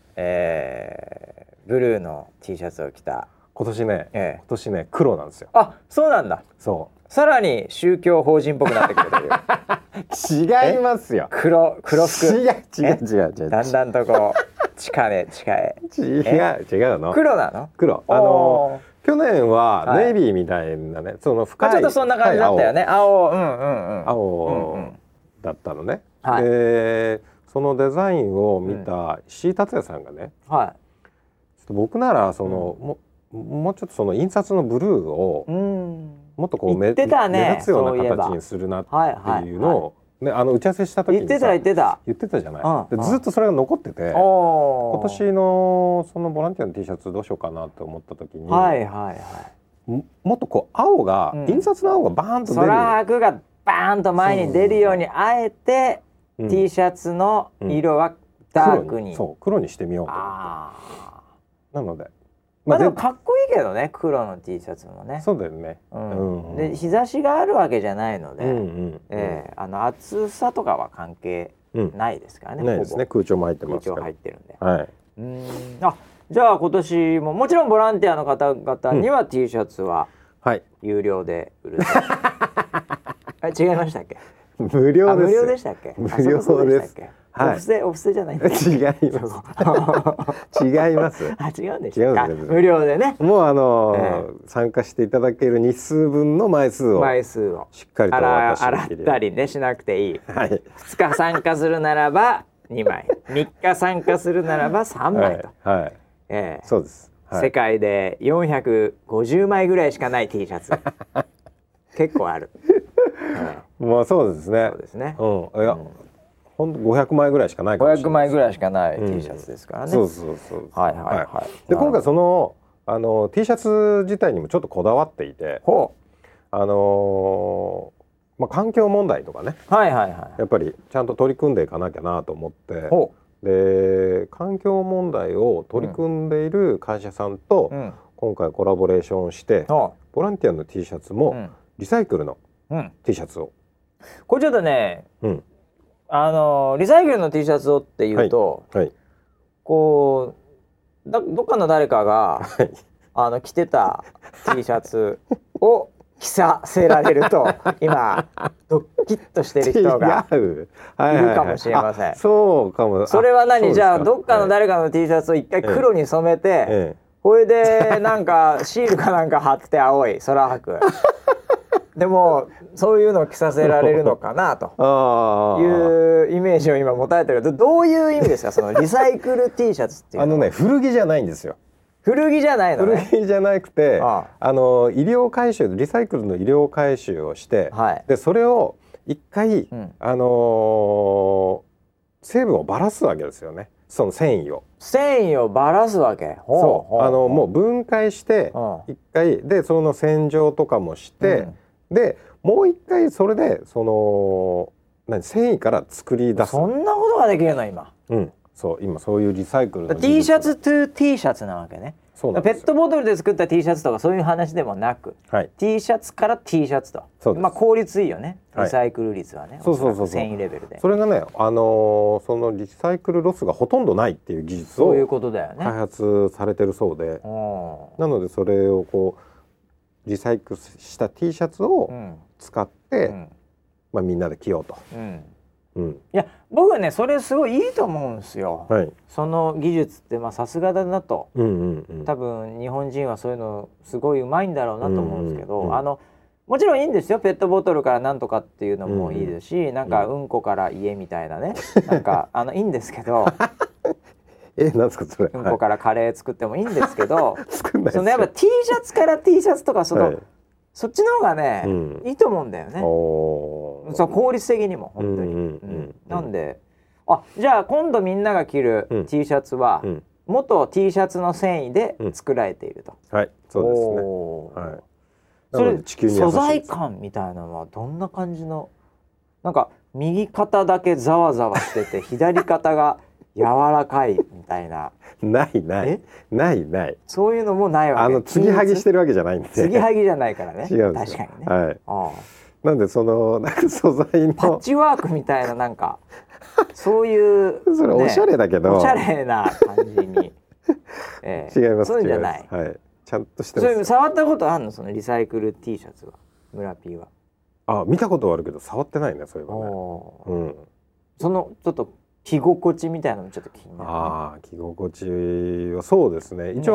ルーの T シャツを着た。 今年ね黒なんですよ。 そうなんだ。さらに宗教法人っぽくなってくるという違いますよ。 黒服。 違う。 だんだんとこう地下へ違うの。 黒なの。 黒。去年はネイビーみたいなね、その深いちょっとそんな感じだったよね。青だったのね。でそのデザインを見た石井達也さんがね、ちょっと僕ならそのもうちょっとその印刷のブルーをもっとこう目立つような形にするなっていうのを打ち合わせした時にさ言ってたじゃない。ずっとそれが残ってて、今年のそのボランティアの T シャツどうしようかなって思った時に、もっとこう青が、印刷の青がバーンと出る、 空白がバーンと前に出るようにあえて T シャツの色はダークに、 黒にしてみようと思って。なのででもかっこいいけどね、黒の T シャツもね。 そうだよね。 で日差しがあるわけじゃないので、暑さとかは関係ないですからね。 ないですね。空調も入ってますから。 空調入ってるんで。じゃあ今年ももちろんボランティアの方々には T シャツは有料で売る。違いましたっけ？ 無料です。 無料でしたっけ？ 無料です。 お布施じゃないんだ。 違います。 違うんでしょうか。無料でね。 もう参加していただける日数分の枚数をしっかりと洗ったりねしなくていい。2日参加するならば2枚、3日参加するならば3枚と。 そうです。 世界で450枚ぐらいしかない T シャツ結構ある。 そうですね。 そうですね。 いや。ほんと500枚ぐらいしかないかもしれない。 500枚ぐらいしかない T シャツですからね。 そう。で今回そのT シャツ自体にもちょっとこだわっていて、環境問題とかね、やっぱりちゃんと取り組んでいかなきゃなと思って、で環境問題を取り組んでいる会社さんと今回コラボレーションして、ボランティアの T シャツもリサイクルの T シャツを、 これちょっとね、リサイクルの T シャツをっていうと、こうどっかの誰かが、着てた T シャツを着させられると今ドッキッとしてる人がいるかもしれません。 そうかも。 それは何？じゃあどっかの誰かの T シャツを一回黒に染めて、これでなんかシールかなんか貼って青い空白でもそういうのを着させられるのかなというイメージを今持たれてる。どういう意味ですか、そのリサイクル T シャツっていうのは。 古着じゃないんですよ。 古着じゃないのね。 古着じゃなくて、医療回収、リサイクルの医療回収をして、でそれを一回、成分をばらすわけですよね。その繊維をばらすわけ。もう分解して一回でその洗浄とかもして、でもう一回それでその繊維から作り出す。 そんなことができるの今。 そう今そういうリサイクルの T シャツ to T シャツなわけね。そうなんですよ。ペットボトルで作った T シャツとかそういう話でもなく、T シャツから T シャツと。効率いいよね。リサイクル率はね。そう繊維レベルで。 それがね、そのリサイクルロスがほとんどないっていう技術を開発されてるそうで、なのでそれをこうリサイクルした T シャツを使って、みんなで着ようと。いや僕はねそれすごいいいと思うんですよ。その技術ってさすがだなと、多分日本人はそういうのすごいうまいんだろうなと思うんですけど、もちろんいいんですよ。ペットボトルからなんとかっていうのもいいですし、なんかうんこから家みたいなね、なんかいいんですけどなんですかそれ。 うんこからカレー作ってもいいんですけどそのやっぱ T シャツから T シャツとかそっちの方がね、いいと思うんだよね。そう効率的にも本当に。なんでじゃあ今度みんなが着る T シャツは元 T シャツの繊維で作られていると。 はい、そうですね。 それ素材感みたいなのはどんな感じの？なんか右肩だけざわざわしてて左肩が柔らかいみたいな。ない。 そういうのもないわけ。 継ぎはぎしてるわけじゃないんで。 継ぎはぎじゃないからね。 違うんですよ。 確かにね。 なんでそのなんか素材のパッチワークみたいななんかそういうそれおしゃれだけどおしゃれな感じに違います。 そういうんじゃない。 ちゃんとしてます。 それ触ったことあるの？そのリサイクル T シャツは村 P は。 見たことはあるけど触ってないねそういえばね。 そのちょっと着心地みたいなのちょっと気になる。 着心地はそうですね。一応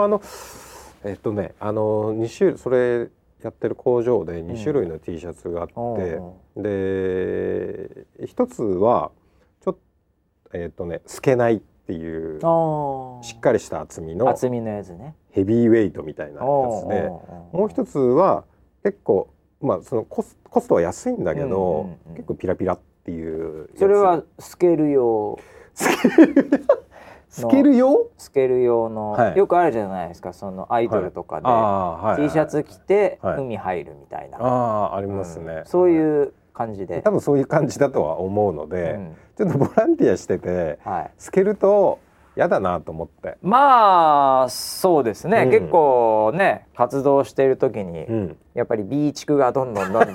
2種類それやってる工場で2種類の T シャツがあって、で一つはちょっと透けないっていうしっかりした厚みのやつね。 ヘビーウェイトみたいなやつで、もう一つは結構そのコストは安いんだけど、結構ピラピラっていうやつ。 それはスケール用スケル用の、よくあるじゃないですか。そのアイドルとかで T シャツ着て海入るみたいな。 ありますね。 そういう感じで。 多分そういう感じだとは思うので、ちょっとボランティアしてて透けると嫌だなと思って。 そうですね。結構ね活動している時にやっぱり B 地区がどんどんワ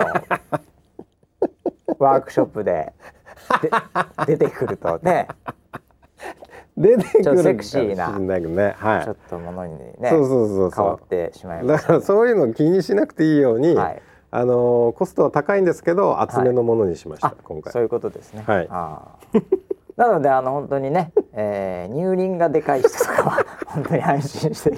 ークショップで出てくるとね。 出てくるセクシーなちょっとものにね変わってしまいます。 だからそういうの気にしなくていいように、コストは高いんですけど厚めのものにしました、今回。 そういうことですね。なので本当にね、乳輪がでかい人とかは本当に安心して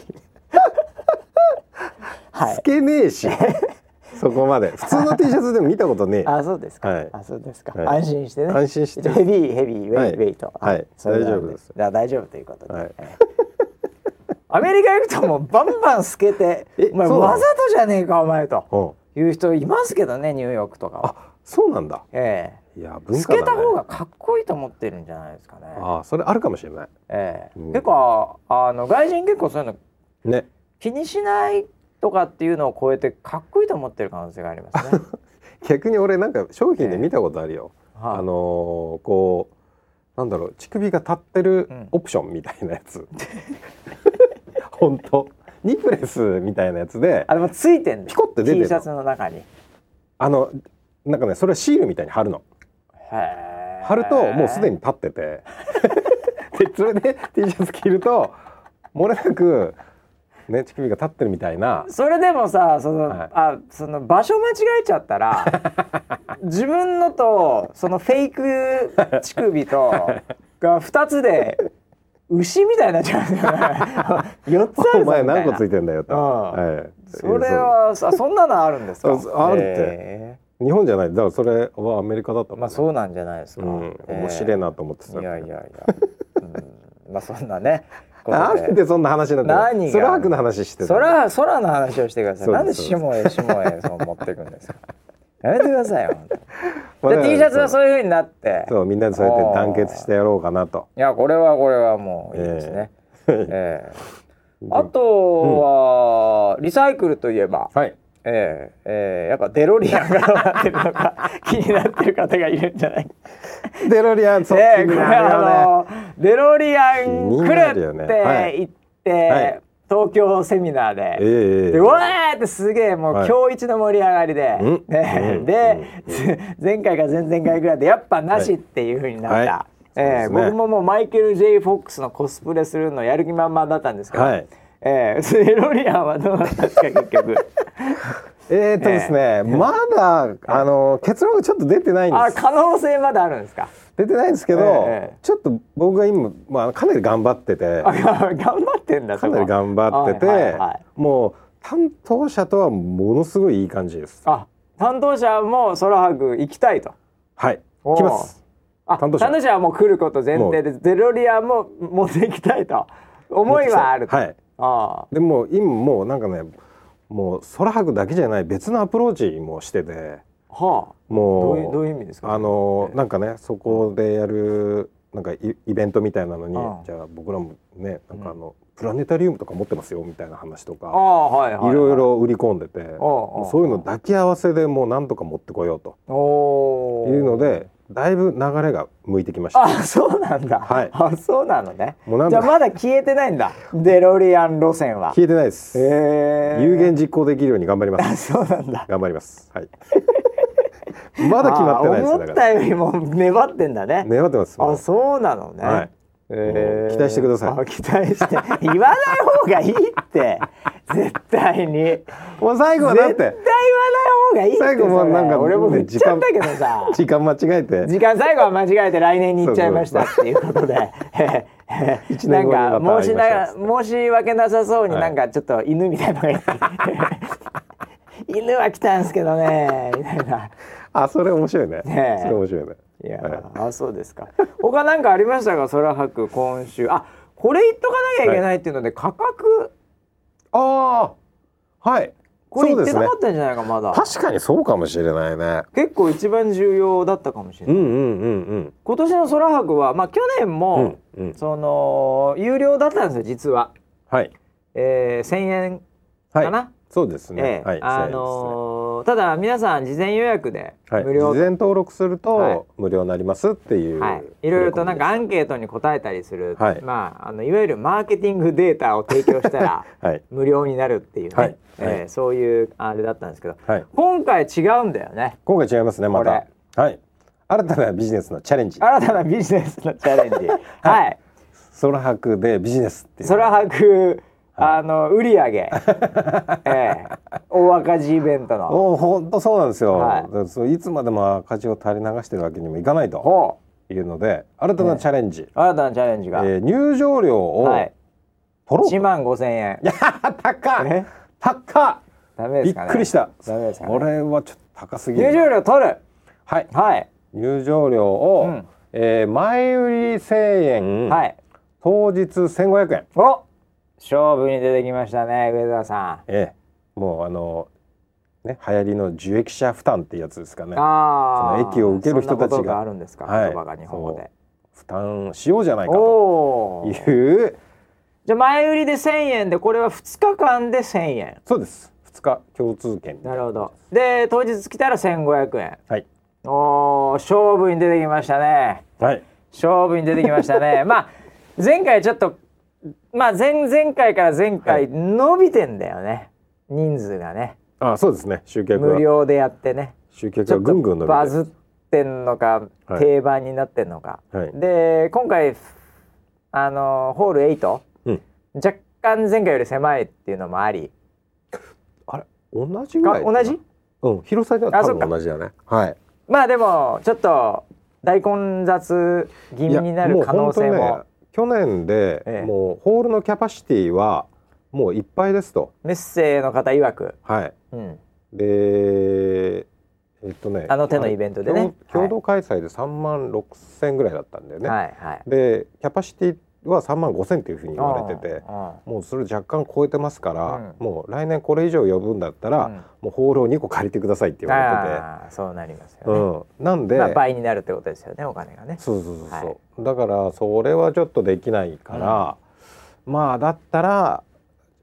透けねえしそこまで普通の T シャツでも見たことねえ。 そうですか。そうですか。安心してね。 安心して。 ヘビーウェイト。 大丈夫です。 大丈夫ということで。アメリカ行くともうバンバン透けて、お前わざとじゃねえかお前という人いますけどね、ニューヨークとかは。 そうなんだ。 いや透けた方がかっこいいと思ってるんじゃないですかね。 それあるかもしれない。 結構外人結構そういうのね気にしないとかっていうのを超えてかっこいいと思ってる可能性がありますね。 逆に俺なんか商品で見たことあるよ。こうなんだろう、乳首が立ってるオプションみたいなやつ。本当ニプレスみたいなやつで。 もついてんの。 ピコって出てるの。 T シャツの中に。 なんかねそれはシールみたいに貼るの。貼るともうすでに立ってて。でそれで T シャツ着ると漏れなく。ね、乳首が立ってるみたいな。 それでもさその場所間違えちゃったら自分のとそのフェイク乳首とが2つで牛みたいになっちゃうんですよね。4つあるぞみたいな。お前何個ついてんだよと。 それはそんなのあるんですか。 あるって日本じゃない。だからそれはアメリカだと思う。 そうなんじゃないですか。 面白いなと思ってた。 いやそんなね。 なんでそんな話になってる。空白の話してた。 空の話をしてください。なんで下へそう持っていくんですか。やめてくださいよ。で T シャツはそういう風になって、 みんなでそうやって団結してやろうかなと。 いやこれはもういいですね。あとはリサイクルといえば、 やっぱデロリアンがどうなってるのか気になってる方がいるんじゃないデロリアン、そう、気になるよね。 デロリアン来るって言って、東京セミナーで、でうわーってすげえもう今日一の盛り上がりで、で、前回か前々回ぐらいでやっぱなしっていう風になった。僕ももうマイケル・ J・フォックスのコスプレするのやる気満々だったんですけど、デロリアンはどうなったんですか結局。 ですね、まだ結論がちょっと出てないんです。 可能性まだあるんですか。 出てないんですけど、ちょっと僕が今、かなり頑張ってて、 頑張ってんだ。 かなり頑張ってて、もう担当者とはものすごいいい感じです。 担当者も空白行きたいと。 はい、来ます。 担当者はもう来ること前提で、デロリアンも持っていきたいと思いはあると。でも今もうなんかね、もう空白だけじゃない別のアプローチもしてて、もうどういう意味ですか。 なんかね、そこでやるなんかイベントみたいなのに、じゃあ僕らもね、なんかプラネタリウムとか持ってますよみたいな話とか、いろいろ売り込んでて、そういうの抱き合わせでもうなんとか持ってこようというので、だいぶ流れが向いてきました。 そうなんだ。そうなのね。じゃあまだ消えてないんだ。デロリアン路線は消えてないです。有言実行できるように頑張ります。 そうなんだ。 頑張ります。はい。まだ決まってないです。 思ったよりも粘ってんだね。 粘ってます。 そうなのね。 期待してください。 期待して言わない方がいいって絶対に。 もう最後はだって絶対言わない方がいいって。 最後もなんか俺も言っちゃったけどさ、 時間間違えて最後は間違えて来年に行っちゃいましたっていうことでなんか申し訳なさそうになんかちょっと犬みたいなのがいて犬は来たんですけどねみたいな。 それ面白いね。それ面白いね。 いや、そうですか。他なんかありましたか、空白今週。これ言っとかなきゃいけないっていうので、価格。はい。これ言ってなかったんじゃないか、まだ。 確かにそうかもしれないね。 結構一番重要だったかもしれない。今年の空白は、去年も、その有料だったんですよ、実は。 はい。 1000円かな。 そうですね。 ただ皆さん事前予約で無料、 事前登録すると無料になりますっていう、 いろいろとなんかアンケートに答えたりする、いわゆるマーケティングデータを提供したら無料になるっていうね、そういうあれだったんですけど、今回違うんだよね。 今回違いますね。また新たなビジネスのチャレンジ。 新たなビジネスのチャレンジ。 空白でビジネスっていう。 空白売り上げ、大赤字イベントの。 本当そうなんですよ。いつまでも赤字を垂れ流してるわけにもいかないというので、新たなチャレンジ。 新たなチャレンジが。 入場料を取ろう。 15,000円。 いや高っ。高っ。 ダメですかね。 びっくりした。 ダメですかね。 これはちょっと高すぎる。 入場料取る。 入場料を前売り1,000円、当日1,500円。 勝負に出てきましたね、上澤さん。もう流行りの受益者負担っていうやつですかね。その益を受ける人たちがあるんですか、言葉が日本語で負担しようじゃないかという。 じゃあ前売りで1,000円で、これは2日間で1,000円。 そうです。2日共通券。 なるほど。で当日来たら1,500円。勝負に出てきましたね。勝負に出てきましたね。前回ちょっと前々回から前回伸びてんだよね、人数がね。 そうですね。集客は無料でやってね、 集客がぐんぐん伸びてバズってんのか、定番になってんのか、で今回ホール8、若干前回より狭いっていうのもあり、 同じぐらい。 同じ？ 広さでは多分同じだね。 でもちょっと大混雑気味になる可能性も。 去年でもうホールのキャパシティはもういっぱいですと。 メッセの方曰く。 で手のイベントでね、 共同開催で36,000ぐらいだったんだよね。でキャパシティは35,000っていうふうに言われてて、もうそれ若干超えてますから、もう来年これ以上呼ぶんだったら、もうホールを2個借りてくださいって言われてて。 そうなりますよね。 なんで倍になるってことですよね、お金がね。 そうだからそれはちょっとできないから、だったら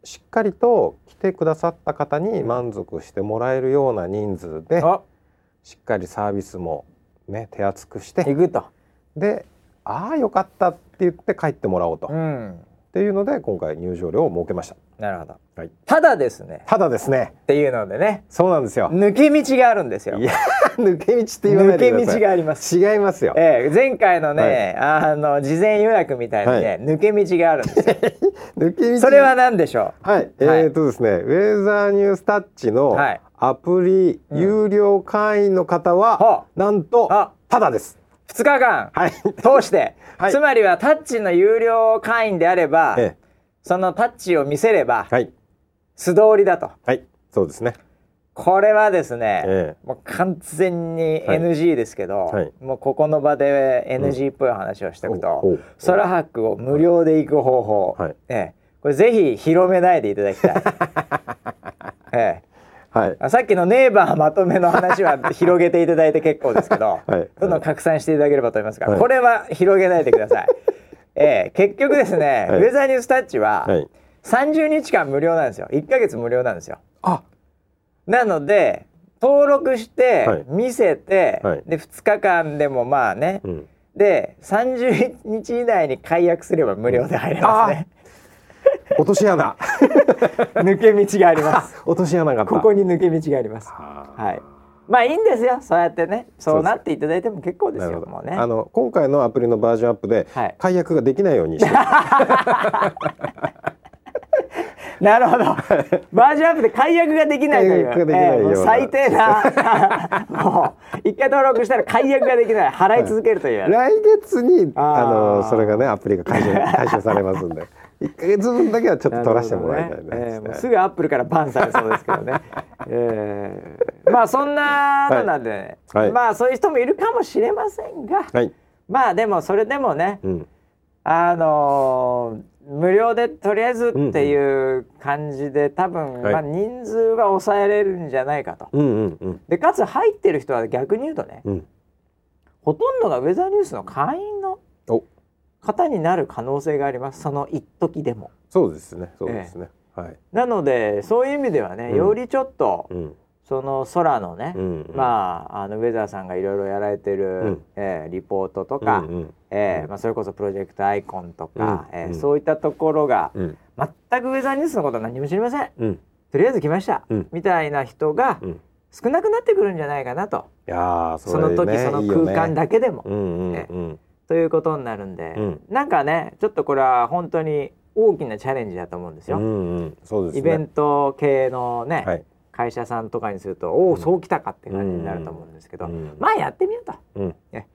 しっかりと来てくださった方に満足してもらえるような人数で、しっかりサービスもね手厚くしていくと、 でああよかったって言って帰ってもらおうと、っていうので今回入場料を設けました。 なるほど、はい、ただですねっていうのでね、 そうなんですよ、 抜け道があるんですよ。 いや抜け道って言わないでください。 抜け道があります。 違いますよ、 前回のね、事前予約みたいにね、抜け道があるんですよ抜け道、それは何でしょう。 はい、ですね、ウェザーニュースタッチのアプリ有料会員の方は、なんとタダです。 2日間通して、つまりはタッチの有料会員であれば、そのタッチを見せれば、素通りだと。 はい、そうですね。 これはですね、もう完全に NG ですけど、もうここの場で NG っぽい話をしておくと、空白を無料で行く方法、これぜひ広めないでいただきたい。さっきのネイバーまとめの話は広げていただいて結構ですけど、どんどん拡散していただければと思いますが、これは広げないでください。結局ですね、ウェザーニュースタッチは30日間無料なんですよ。1ヶ月無料なんですよ。なので登録して見せて、で2日間でもまあね、で30日以内に解約すれば無料で入れますね。 落とし穴抜け道があります。 落とし穴があった。 ここに抜け道があります。はい。まあいいんですよ、そうやってね、そうなっていただいても結構ですよ。もうね、 今回のアプリのバージョンアップで解約ができないようにしてなるほど、バージョンアップで解約ができないという、最低なもう一回登録したら解約ができない、払い続けるという、 来月にそれがねアプリが解消されますんで1ヶ月分だけはちょっと取らせてもらいたいね。 もうすぐアップルからバンされそうですけどね。まあそんなのなんで、まあそういう人もいるかもしれませんが、まあでもそれでもね、無料でとりあえずっていう感じで、多分まあ人数は抑えれるんじゃないかと。でかつ入ってる人は逆に言うとね、ほとんどがウェザーニュースの会員の方になる可能性があります。その一時でも。 そうですね。そうですね。 なのでそういう意味ではね、よりちょっと、その空のね、まあウェザーさんがいろいろやられてる、リポートとか、まあそれこそプロジェクトアイコンとか、そういったところが、全くウェザーニュースのことは何も知りません。とりあえず来ました、みたいな人が少なくなってくるんじゃないかなと。その時その空間だけでも。ということになるんで、なんかねちょっとこれは本当に大きなチャレンジだと思うんですよ。イベント系のね、会社さんとかにするとおおそうきたかって感じになると思うんですけど、まあやってみようと。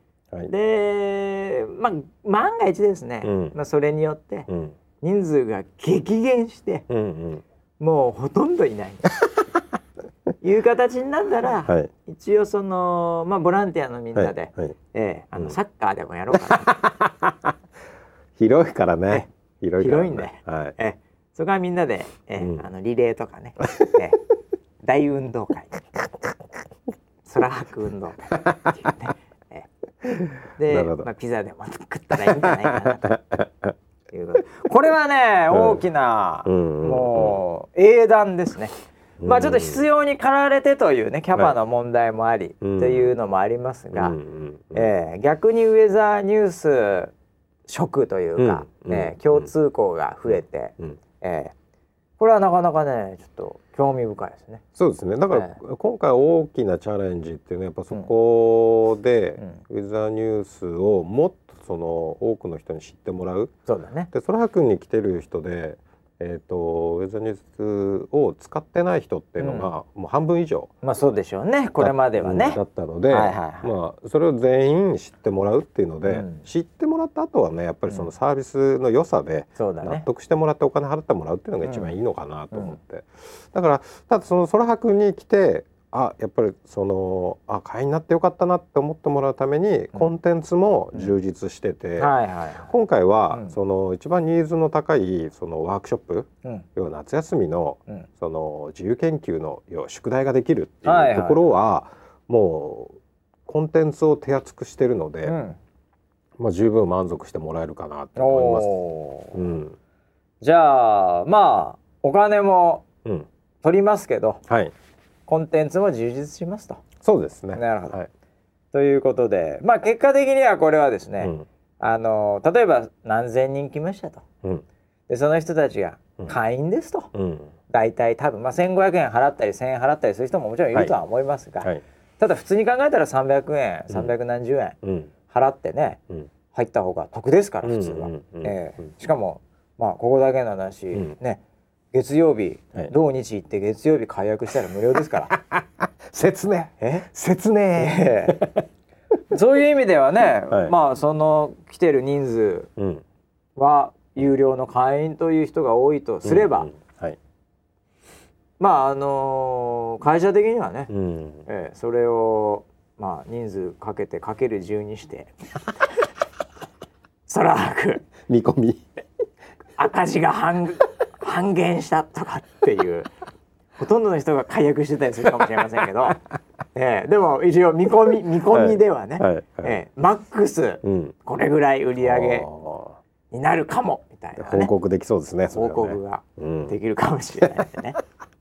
で、まあ万が一ですね、まあそれによって人数が激減して、もうほとんどいないいう形になったら、一応そのまあボランティアのみんなで、サッカーでもやろうかな。 広いからね。 広いんで、そこはみんなで、リレーとかね、大運動会、空白運動会っていうね、で、まあ、ピザでも食ったらいいんじゃないかなということ。これはね大きな、もう英断ですね。まあちょっと必要に駆られてというねキャパの問題もあり、というのもありますが、逆にウェザーニュース色というか、共通項が増えて、これはなかなかねちょっと興味深いですね。 そうですね。だから今回大きなチャレンジっていうのはやっぱそこでウェザーニュースをもっとその多くの人に知ってもらう。 そうだね。 で空白に来てる人でウェザーニュースを使ってない人っていうのがもう半分以上、 まあそうでしょうね、これまではねだったので、まあそれを全員知ってもらうっていうので、知ってもらった後はねやっぱりそのサービスの良さで納得してもらってお金払ってもらうっていうのが一番いいのかなと思って、だからただその空白に来てやっぱりその会員になってよかったなって思ってもらうためにコンテンツも充実してて、今回はその一番ニーズの高いそのワークショップ、要は夏休みのその自由研究の宿題ができるっていうところはもうコンテンツを手厚くしてるので、まあ十分満足してもらえるかなと思います。 じゃあまあお金も取りますけど、はい、コンテンツも充実しますと。 そうですね。 なるほど、はい、ということで、まあ結果的にはこれはですね、例えば何千人来ましたと、でその人たちが会員ですと、大体多分、1500円払ったり1000円払ったりする人ももちろんいるとは思いますが、ただ普通に考えたら300円300何十円払ってね、入った方が得ですから普通は。しかもここだけの話、ね、月曜日、土日行って月曜日解約したら無料ですから説明そういう意味ではね、その来てる人数は有料の会員という人が多いとすれば、会社的にはね、それを人数かけてかける10にしてそらく見込み赤字が半減したとかっていうほとんどの人が解約してたりするかもしれませんけど、でも一応見込みではね、マックスこれぐらい売り上げになるかもみたいな、ね、 報告できそうですね。 報告ができるかもしれないんでね。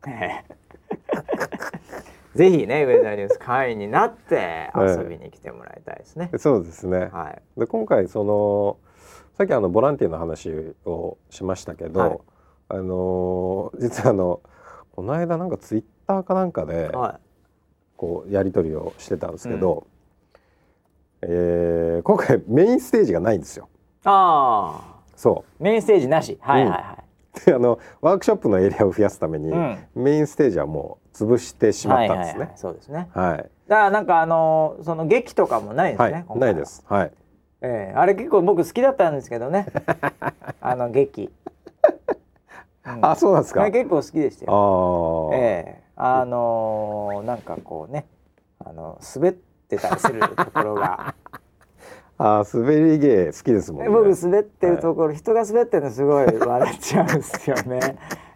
ぜひね、ウェザーニュース会員になって遊びに来てもらいたいですね。 そうですね。で今回さっきボランティアの話をしましたけど、実はこの間なんかツイッターかなんかでこうやり取りをしてたんですけど、今回メインステージがないんですよ。 そうメインステージなし。ワークショップのエリアを増やすために、メインステージはもう潰してしまったんですね。 そうですね。だからなんかその劇とかもないですね。 ないです。 あれ結構僕好きだったんですけどね。劇。 そうなんですか。 結構好きでしたよ。なんかこうね、滑ってたりするところが。 滑り芸好きですもんね。 僕滑ってるところ、人が滑ってるのすごい笑っちゃうんですよね。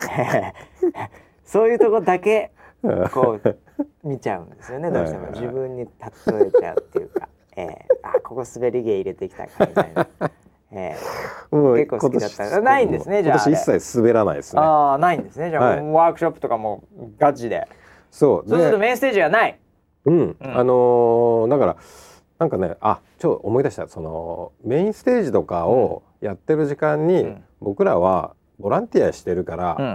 そういうとこだけこう見ちゃうんですよね。どうしても自分に例えちゃうっていうか、ここ滑り芸入れてきたかみたいな。結構好きだった。ないんですね。じゃあ私一切滑らないですね。 ないんですね。じゃあワークショップとかもガチで。 そうするとメインステージがない。 だからなんかね、ちょっと思い出した。メインステージとかをやってる時間に、僕らはボランティアしてるから、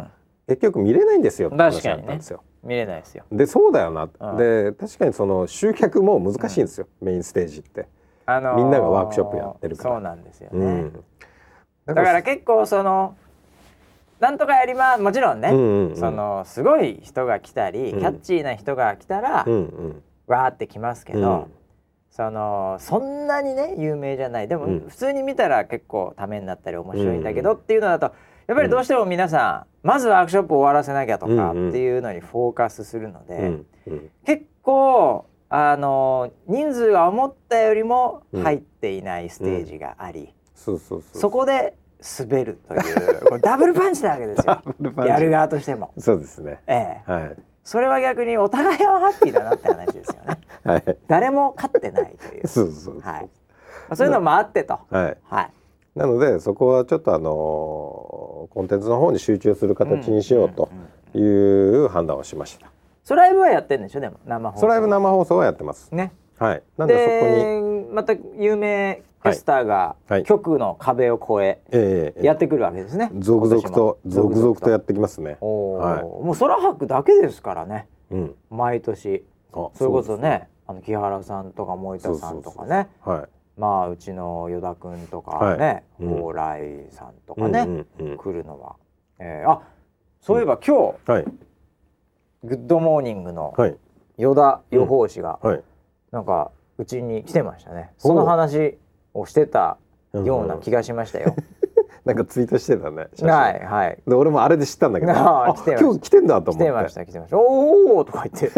結局見れないんですよって話だったんですよ。 見れないですよ。 でそうだよな。で確かに集客も難しいんですよ、メインステージって。みんながワークショップやってるから。 そうなんですよね。だから結構なんとかやります。もちろんね、すごい人が来たり、キャッチーな人が来たら、わーって来ますけど、そんなにね有名じゃない。でも普通に見たら結構ためになったり面白いんだけどっていうのだと、やっぱりどうしても皆さん、まずワークショップ終わらせなきゃとかっていうのにフォーカスするので、結構人数が思ったよりも入っていないステージがあり、そこで滑るというダブルパンチなわけですよ。やる側としても。 そうですね。 それは逆にお互いはハッピーだなって話ですよね。誰も勝ってないという。そういうのもあってと。 なのでそこはちょっとコンテンツの方に集中する形にしようという判断をしました。 ソライブはやってるんでしょ。でも生放送。 ソライブ生放送はやってますね。なんでそこにまた有名キャスターが局の壁を越えやってくるわけですね。 続々とやってきますね。 もう空白だけですからね。毎年。それこそね、木原さんとか森田さんとかね。うちの依田くんとかね、蓬莱さんとかね、来るのは。そういえば今日グッドモーニングの依田予報士がなんかうちに来てましたね。その話をしてたような気がしましたよ。 なんかツイートしてたね。 で俺もあれで知ったんだけど、今日来てんだと思って。 来てました。おおとか言って、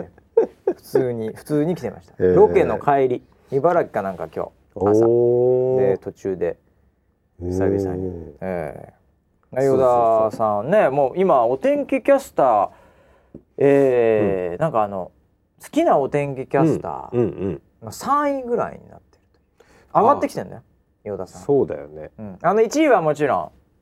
普通に来てました。ロケの帰り、茨城かなんか今日朝で途中で久々に。依田さんね、もう今お天気キャスター、なんか好きなお天気キャスター3位ぐらいになってる。上がってきてんだよ、依田さん。 そうだよね。 1位はもちろ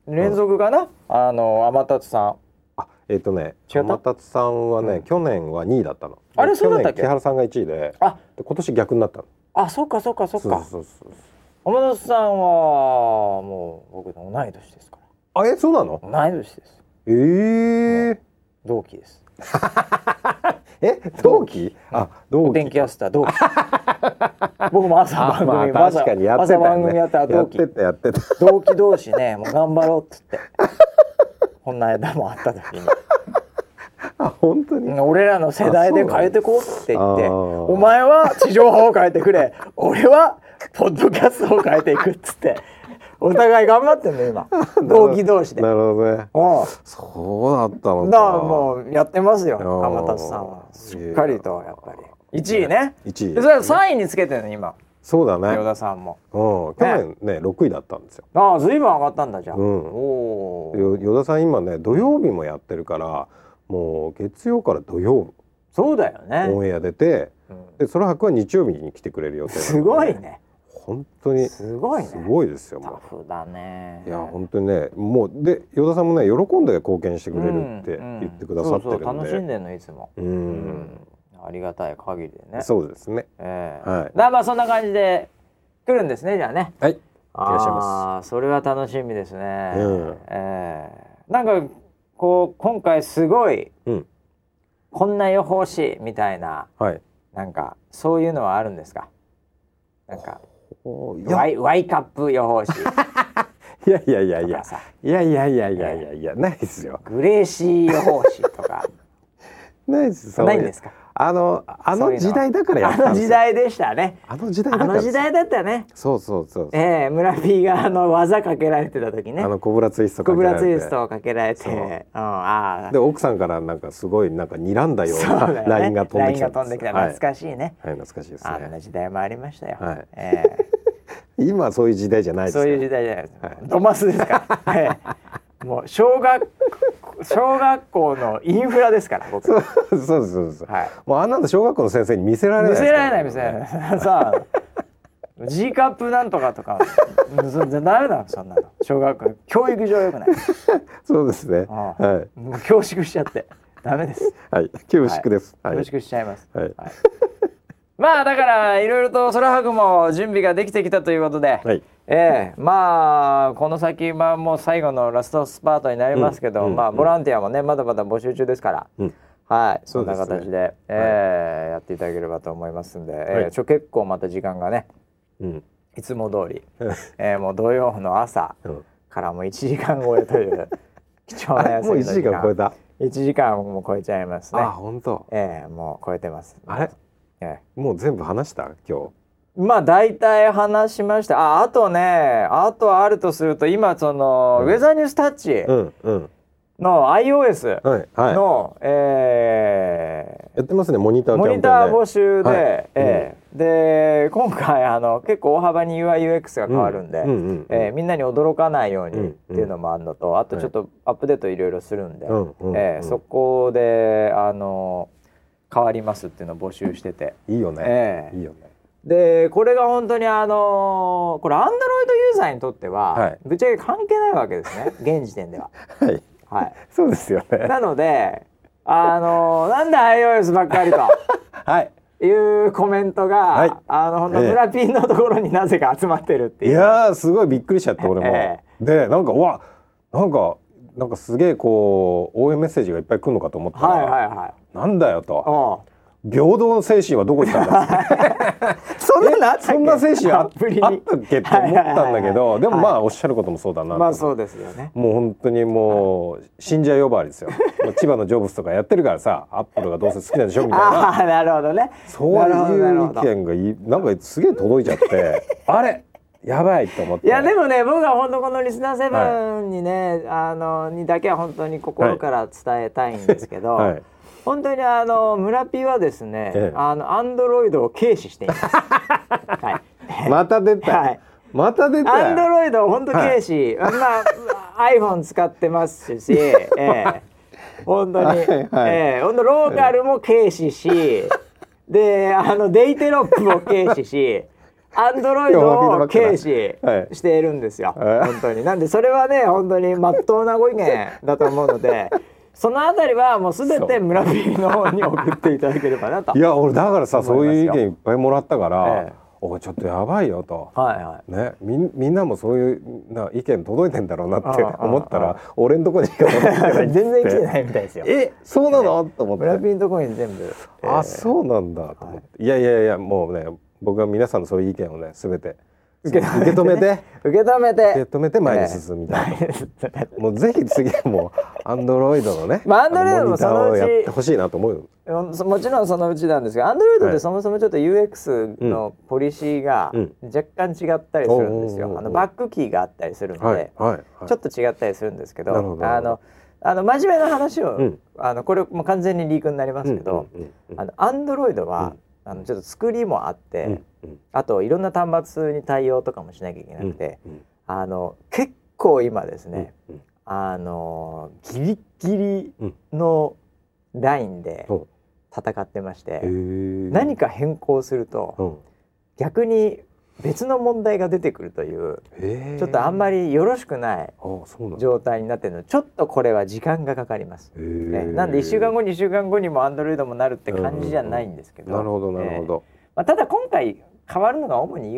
連続かな、天達さん。 天達さんはね、去年は2位だったの。 あれそうだったっけ？ 木原さんが1位で、今年逆になったの。 あ、そっか。そう天達さんはもう僕と同い年ですから。 そうなの？ 同い年です。同期です。 同期？ 同期。電気キャスター同期。僕も朝番組、 確かにやってたよね。 朝番組やった同期。 やってた。 同期同士ね、もう頑張ろうっつって。こんな間もあった時に。 本当に。 俺らの世代で変えてこうって言って、お前は地上波を変えてくれ、俺はポッドキャストを変えていくっつって。お互い頑張ってんの今。同期同士で。 なるほどね。そうだったのか。 もうやってますよ。天達さんはしっかりとやっぱり1位ね。 1位。 それ3位につけてるの今。 そうだね。 与田さんも。 去年ね6位だったんですよ。 ずいぶん上がったんだじゃあ。 与田さん今ね土曜日もやってるから、もう月曜から土曜。 そうだよね。 オンエア出て、でその博は日曜日に来てくれる予定。 すごいね。 本当にすごいね。 すごいですよ。 タフだね。 いや本当にね、もうで与田さんもね喜んで貢献してくれるって言ってくださってるんで、 楽しんでんのいつも。ありがたい限りでね。 そうですね。 まあそんな感じで来るんですね、じゃあね。 はい。いらっしゃいます。 それは楽しみですね。なんかこう今回すごい、こんな予報士みたいな、なんかそういうのはあるんですか？なんかワイカップ予報士。 いやないですよ。 グレーシー予報士とかないです。 ないんですか？ あの時代だからやったんですよ。 時代でしたね。 あの時代だったね。 そう。 村 P が技かけられてた時ね。 コブラツイストをかけられて、 で奥さんからなんかすごいなんか睨んだようなラインが飛んできた。 懐かしいね。 懐かしいですね。 あんな時代もありましたよ。 今そういう時代じゃないです。 そういう時代じゃないです。ドマスですか。もう小学校のインフラですから僕。 そう。もうあんなの小学校の先生に見せられない。 見せられない。さあ G カップなんとかとかダメだそんなの。小学校教育上良くない。 そうですね。 もう恐縮しちゃってダメです。 恐縮です。 恐縮しちゃいます。まあだからいろいろと空白も準備ができてきたということで、まあこの先もう最後のラストスパートになりますけど、ボランティアもねまだまだ募集中ですから、そんな形でやっていただければと思いますんで、結構また時間がね、いつも通りもう土曜の朝からもう1時間超えという貴重な休みの時間。 もう1時間超えた。 1時間も超えちゃいますね。 本当。 もう超えてます。 あれ？もう全部話した今日。 まあ大体話しました。あとあるとすると今その、ウェザーニュースタッチの iOS の、 やってますね。モニター募集で、で今回結構大幅に UI/UX が変わるんで、みんなに驚かないようにっていうのもあるのと、あとちょっとアップデートいろいろするんで、そこで変わりますっていうのを募集してて。 いいよね。いいよね。 でこれが本当にこれ Android ユーザーにとっては、ぶっちゃけ関係ないわけですね。現時点では。 そうですよね。 なのでなんで iOS ばっかりというコメントが、本当村ピンのところになぜか集まってるっていう。 いやすごいびっくりしちゃって俺も。でなんかなんかすげえこう応援メッセージがいっぱい来るのかと思ったら、なんだよと。平等の精神はどこ行ったんだ。そんな精神あったっけって思ったんだけど、でもまあおっしゃることもそうだな。 まあそうですよね。 もう本当にもう信者呼ばわりですよ。千葉のジョブズとかやってるからさ、アップルがどうせ好きなんでしょみたいな。 なるほどね。 そういう意見がなんかすげえ届いちゃって、あれやばいと思って。 いやでもね、僕は本当このリスナー7にね、にだけは本当に心から伝えたいんですけど。本当に村 P はですね、アンドロイドを軽視しています。 また出た。また出た。 アンドロイドを本当軽視。まあiPhone 使ってますし、本当に、本当ローカルも軽視し、でデイテロップも軽視し、 アンドロイドを軽視しているんですよ、本当に。なんでそれはね本当に真っ当なご意見だと思うのでそのあたりはもうすべて村 P の方に送っていただければなと。 いや俺だからさそういう意見いっぱいもらったから、おいちょっとやばいよと、ね、みんなもそういう意見届いてんだろうなって思ったら俺のとこにしか届いてない全然来てないみたいですよ。 そうなの、と思って村 P のとこに全部、 そうなんだと思って、いやもうね僕は皆さんのそういう意見をね全て受け止めて前に進みたいともうぜひ次はもうアンドロイドのねアンドロイドもそのうちやってほしいなと思うよ。 もちろんそのうちなんですがアンドロイドってそもそもちょっと UX のポリシーが若干違ったりするんですよ。バックキーがあったりするのでちょっと違ったりするんですけど真面目な話をこれもう完全にリークになりますけどアンドロイドはちょっと作りもあって、あといろんな端末に対応とかもしなきゃいけなくて、結構今ですね、ギリギリのラインで戦ってまして、何か変更すると、逆に別の問題が出てくるという、ちょっとあんまりよろしくない状態になってるので、ちょっとこれは時間がかかります。なんで1週間後2週間後にも Android もなるって感じじゃないんですけど、 なるほど、 ただ今回変わるのが主に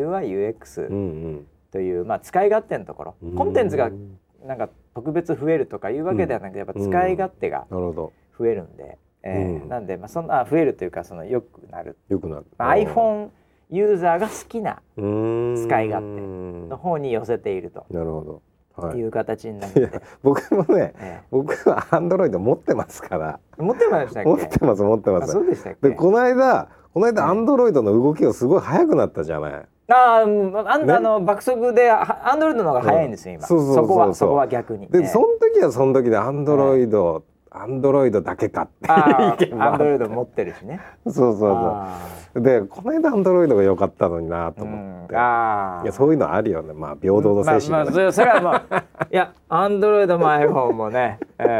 UIUX という、使い勝手のところ、コンテンツがなんか特別増えるとかいうわけではなくて、やっぱ使い勝手が増えるんで、なんでそんな増えるというか良くなる。iPhoneユーザーが好きな使い勝手の方に寄せているという形になって、 僕もね、僕はアンドロイド持ってますから。 持ってましたっけ？ 持ってます。 そうでしたっけ？ でこの間アンドロイドの動きがすごい速くなったじゃない。 爆速でアンドロイドの方が速いんですよ今。そこは逆に。 でその時はその時でアンドロイドだけかってアンドロイド持ってるしね。 そうでこの間アンドロイドが良かったのになと思って、いやそういうのあるよね。平等の精神、 それはいやアンドロイドも iPhone もね、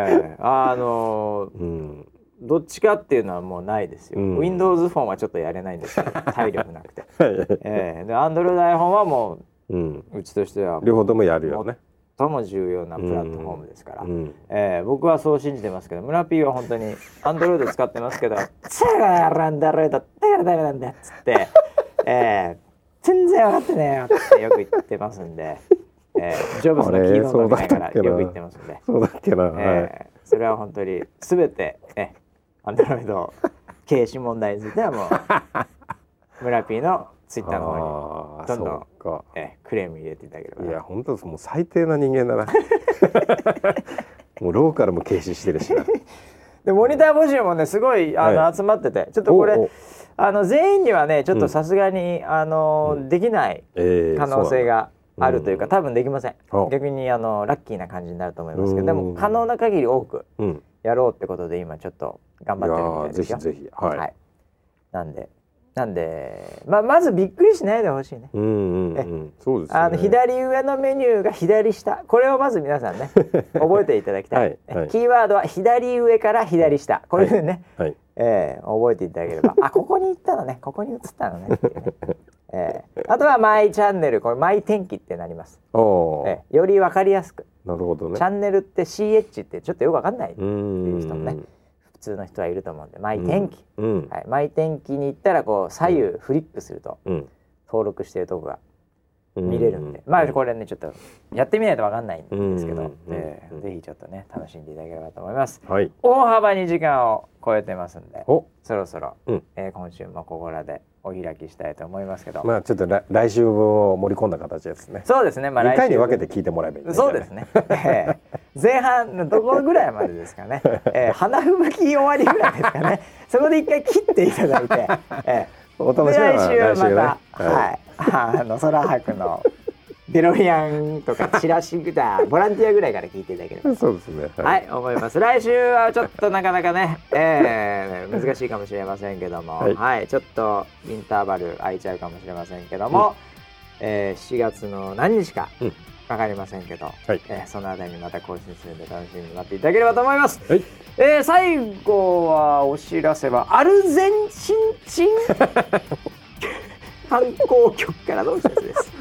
どっちかっていうのはもうないですよ。Windows フォンはちょっとやれないんですけど体力なくて、で Android iPhone はもう、うちとしては両方ともやるよね。 とも重要なプラットフォームですから、僕はそう信じてますけど、村 P は本当にアンドロイド使ってますけど「つがアンドロイドだからダメなんだ」っつって、全然分かってねえよってよく言ってますんで、ジョブズのキーノートみたいなからよく言ってますんで、 そうだっけな、 それは本当に全てアンドロイド軽視問題についてはもう村 P のツイッターの方にどんどんクレーム入れていただければ。 いや本当もう最低な人間だなもうローカルも軽視してるしなでモニター募集もねすごい集まってて、ちょっとこれ全員にはねちょっとさすがにできない可能性があるというか、多分できません。逆にラッキーな感じになると思いますけど、でも可能な限り多くやろうってことで今ちょっと頑張ってるみたいですよ。 ぜひなんでまずびっくりしないでほしいね。 そうですね。 左上のメニューが左下、これをまず皆さんね覚えていただきたい。キーワードは左上から左下、こういうふうにね、覚えていただければここに行ったのね、ここに移ったのねっていうね。あとはマイチャンネル、これマイ天気ってなります。より分かりやすく。 なるほどね。 チャンネルって CH ってちょっとよく分かんないっていう人もね普通の人はいると思うんで、マイ天気、マイ天気に行ったらこう左右フリップすると登録しているとこが見れるんで、これねちょっとやってみないと分かんないんですけど、ぜひちょっとね楽しんでいただければと思います。大幅に時間を超えてますんで、そろそろ今週もここらでお開きしたいと思いますけど、 ちょっと来週分を盛り込んだ形ですね。 そうですね。 2回に分けて聞いてもらえばいい。 そうですね。前半のどこぐらいまでですかね。花吹雪終わりぐらいですかね。そこで一回切っていただいて、 お楽しみは来週また空白のデロリアンとかチラシボランティアぐらいから聞いていただければそうですね。 思います。来週はちょっとなかなかね、難しいかもしれませんけども、ちょっとインターバル空いちゃうかもしれませんけども、7月の何日か分かりませんけど、そのあたりにまた更新するんで楽しみに待っていただければと思います。最後はお知らせはアルゼンチン観光局からのお知らせです。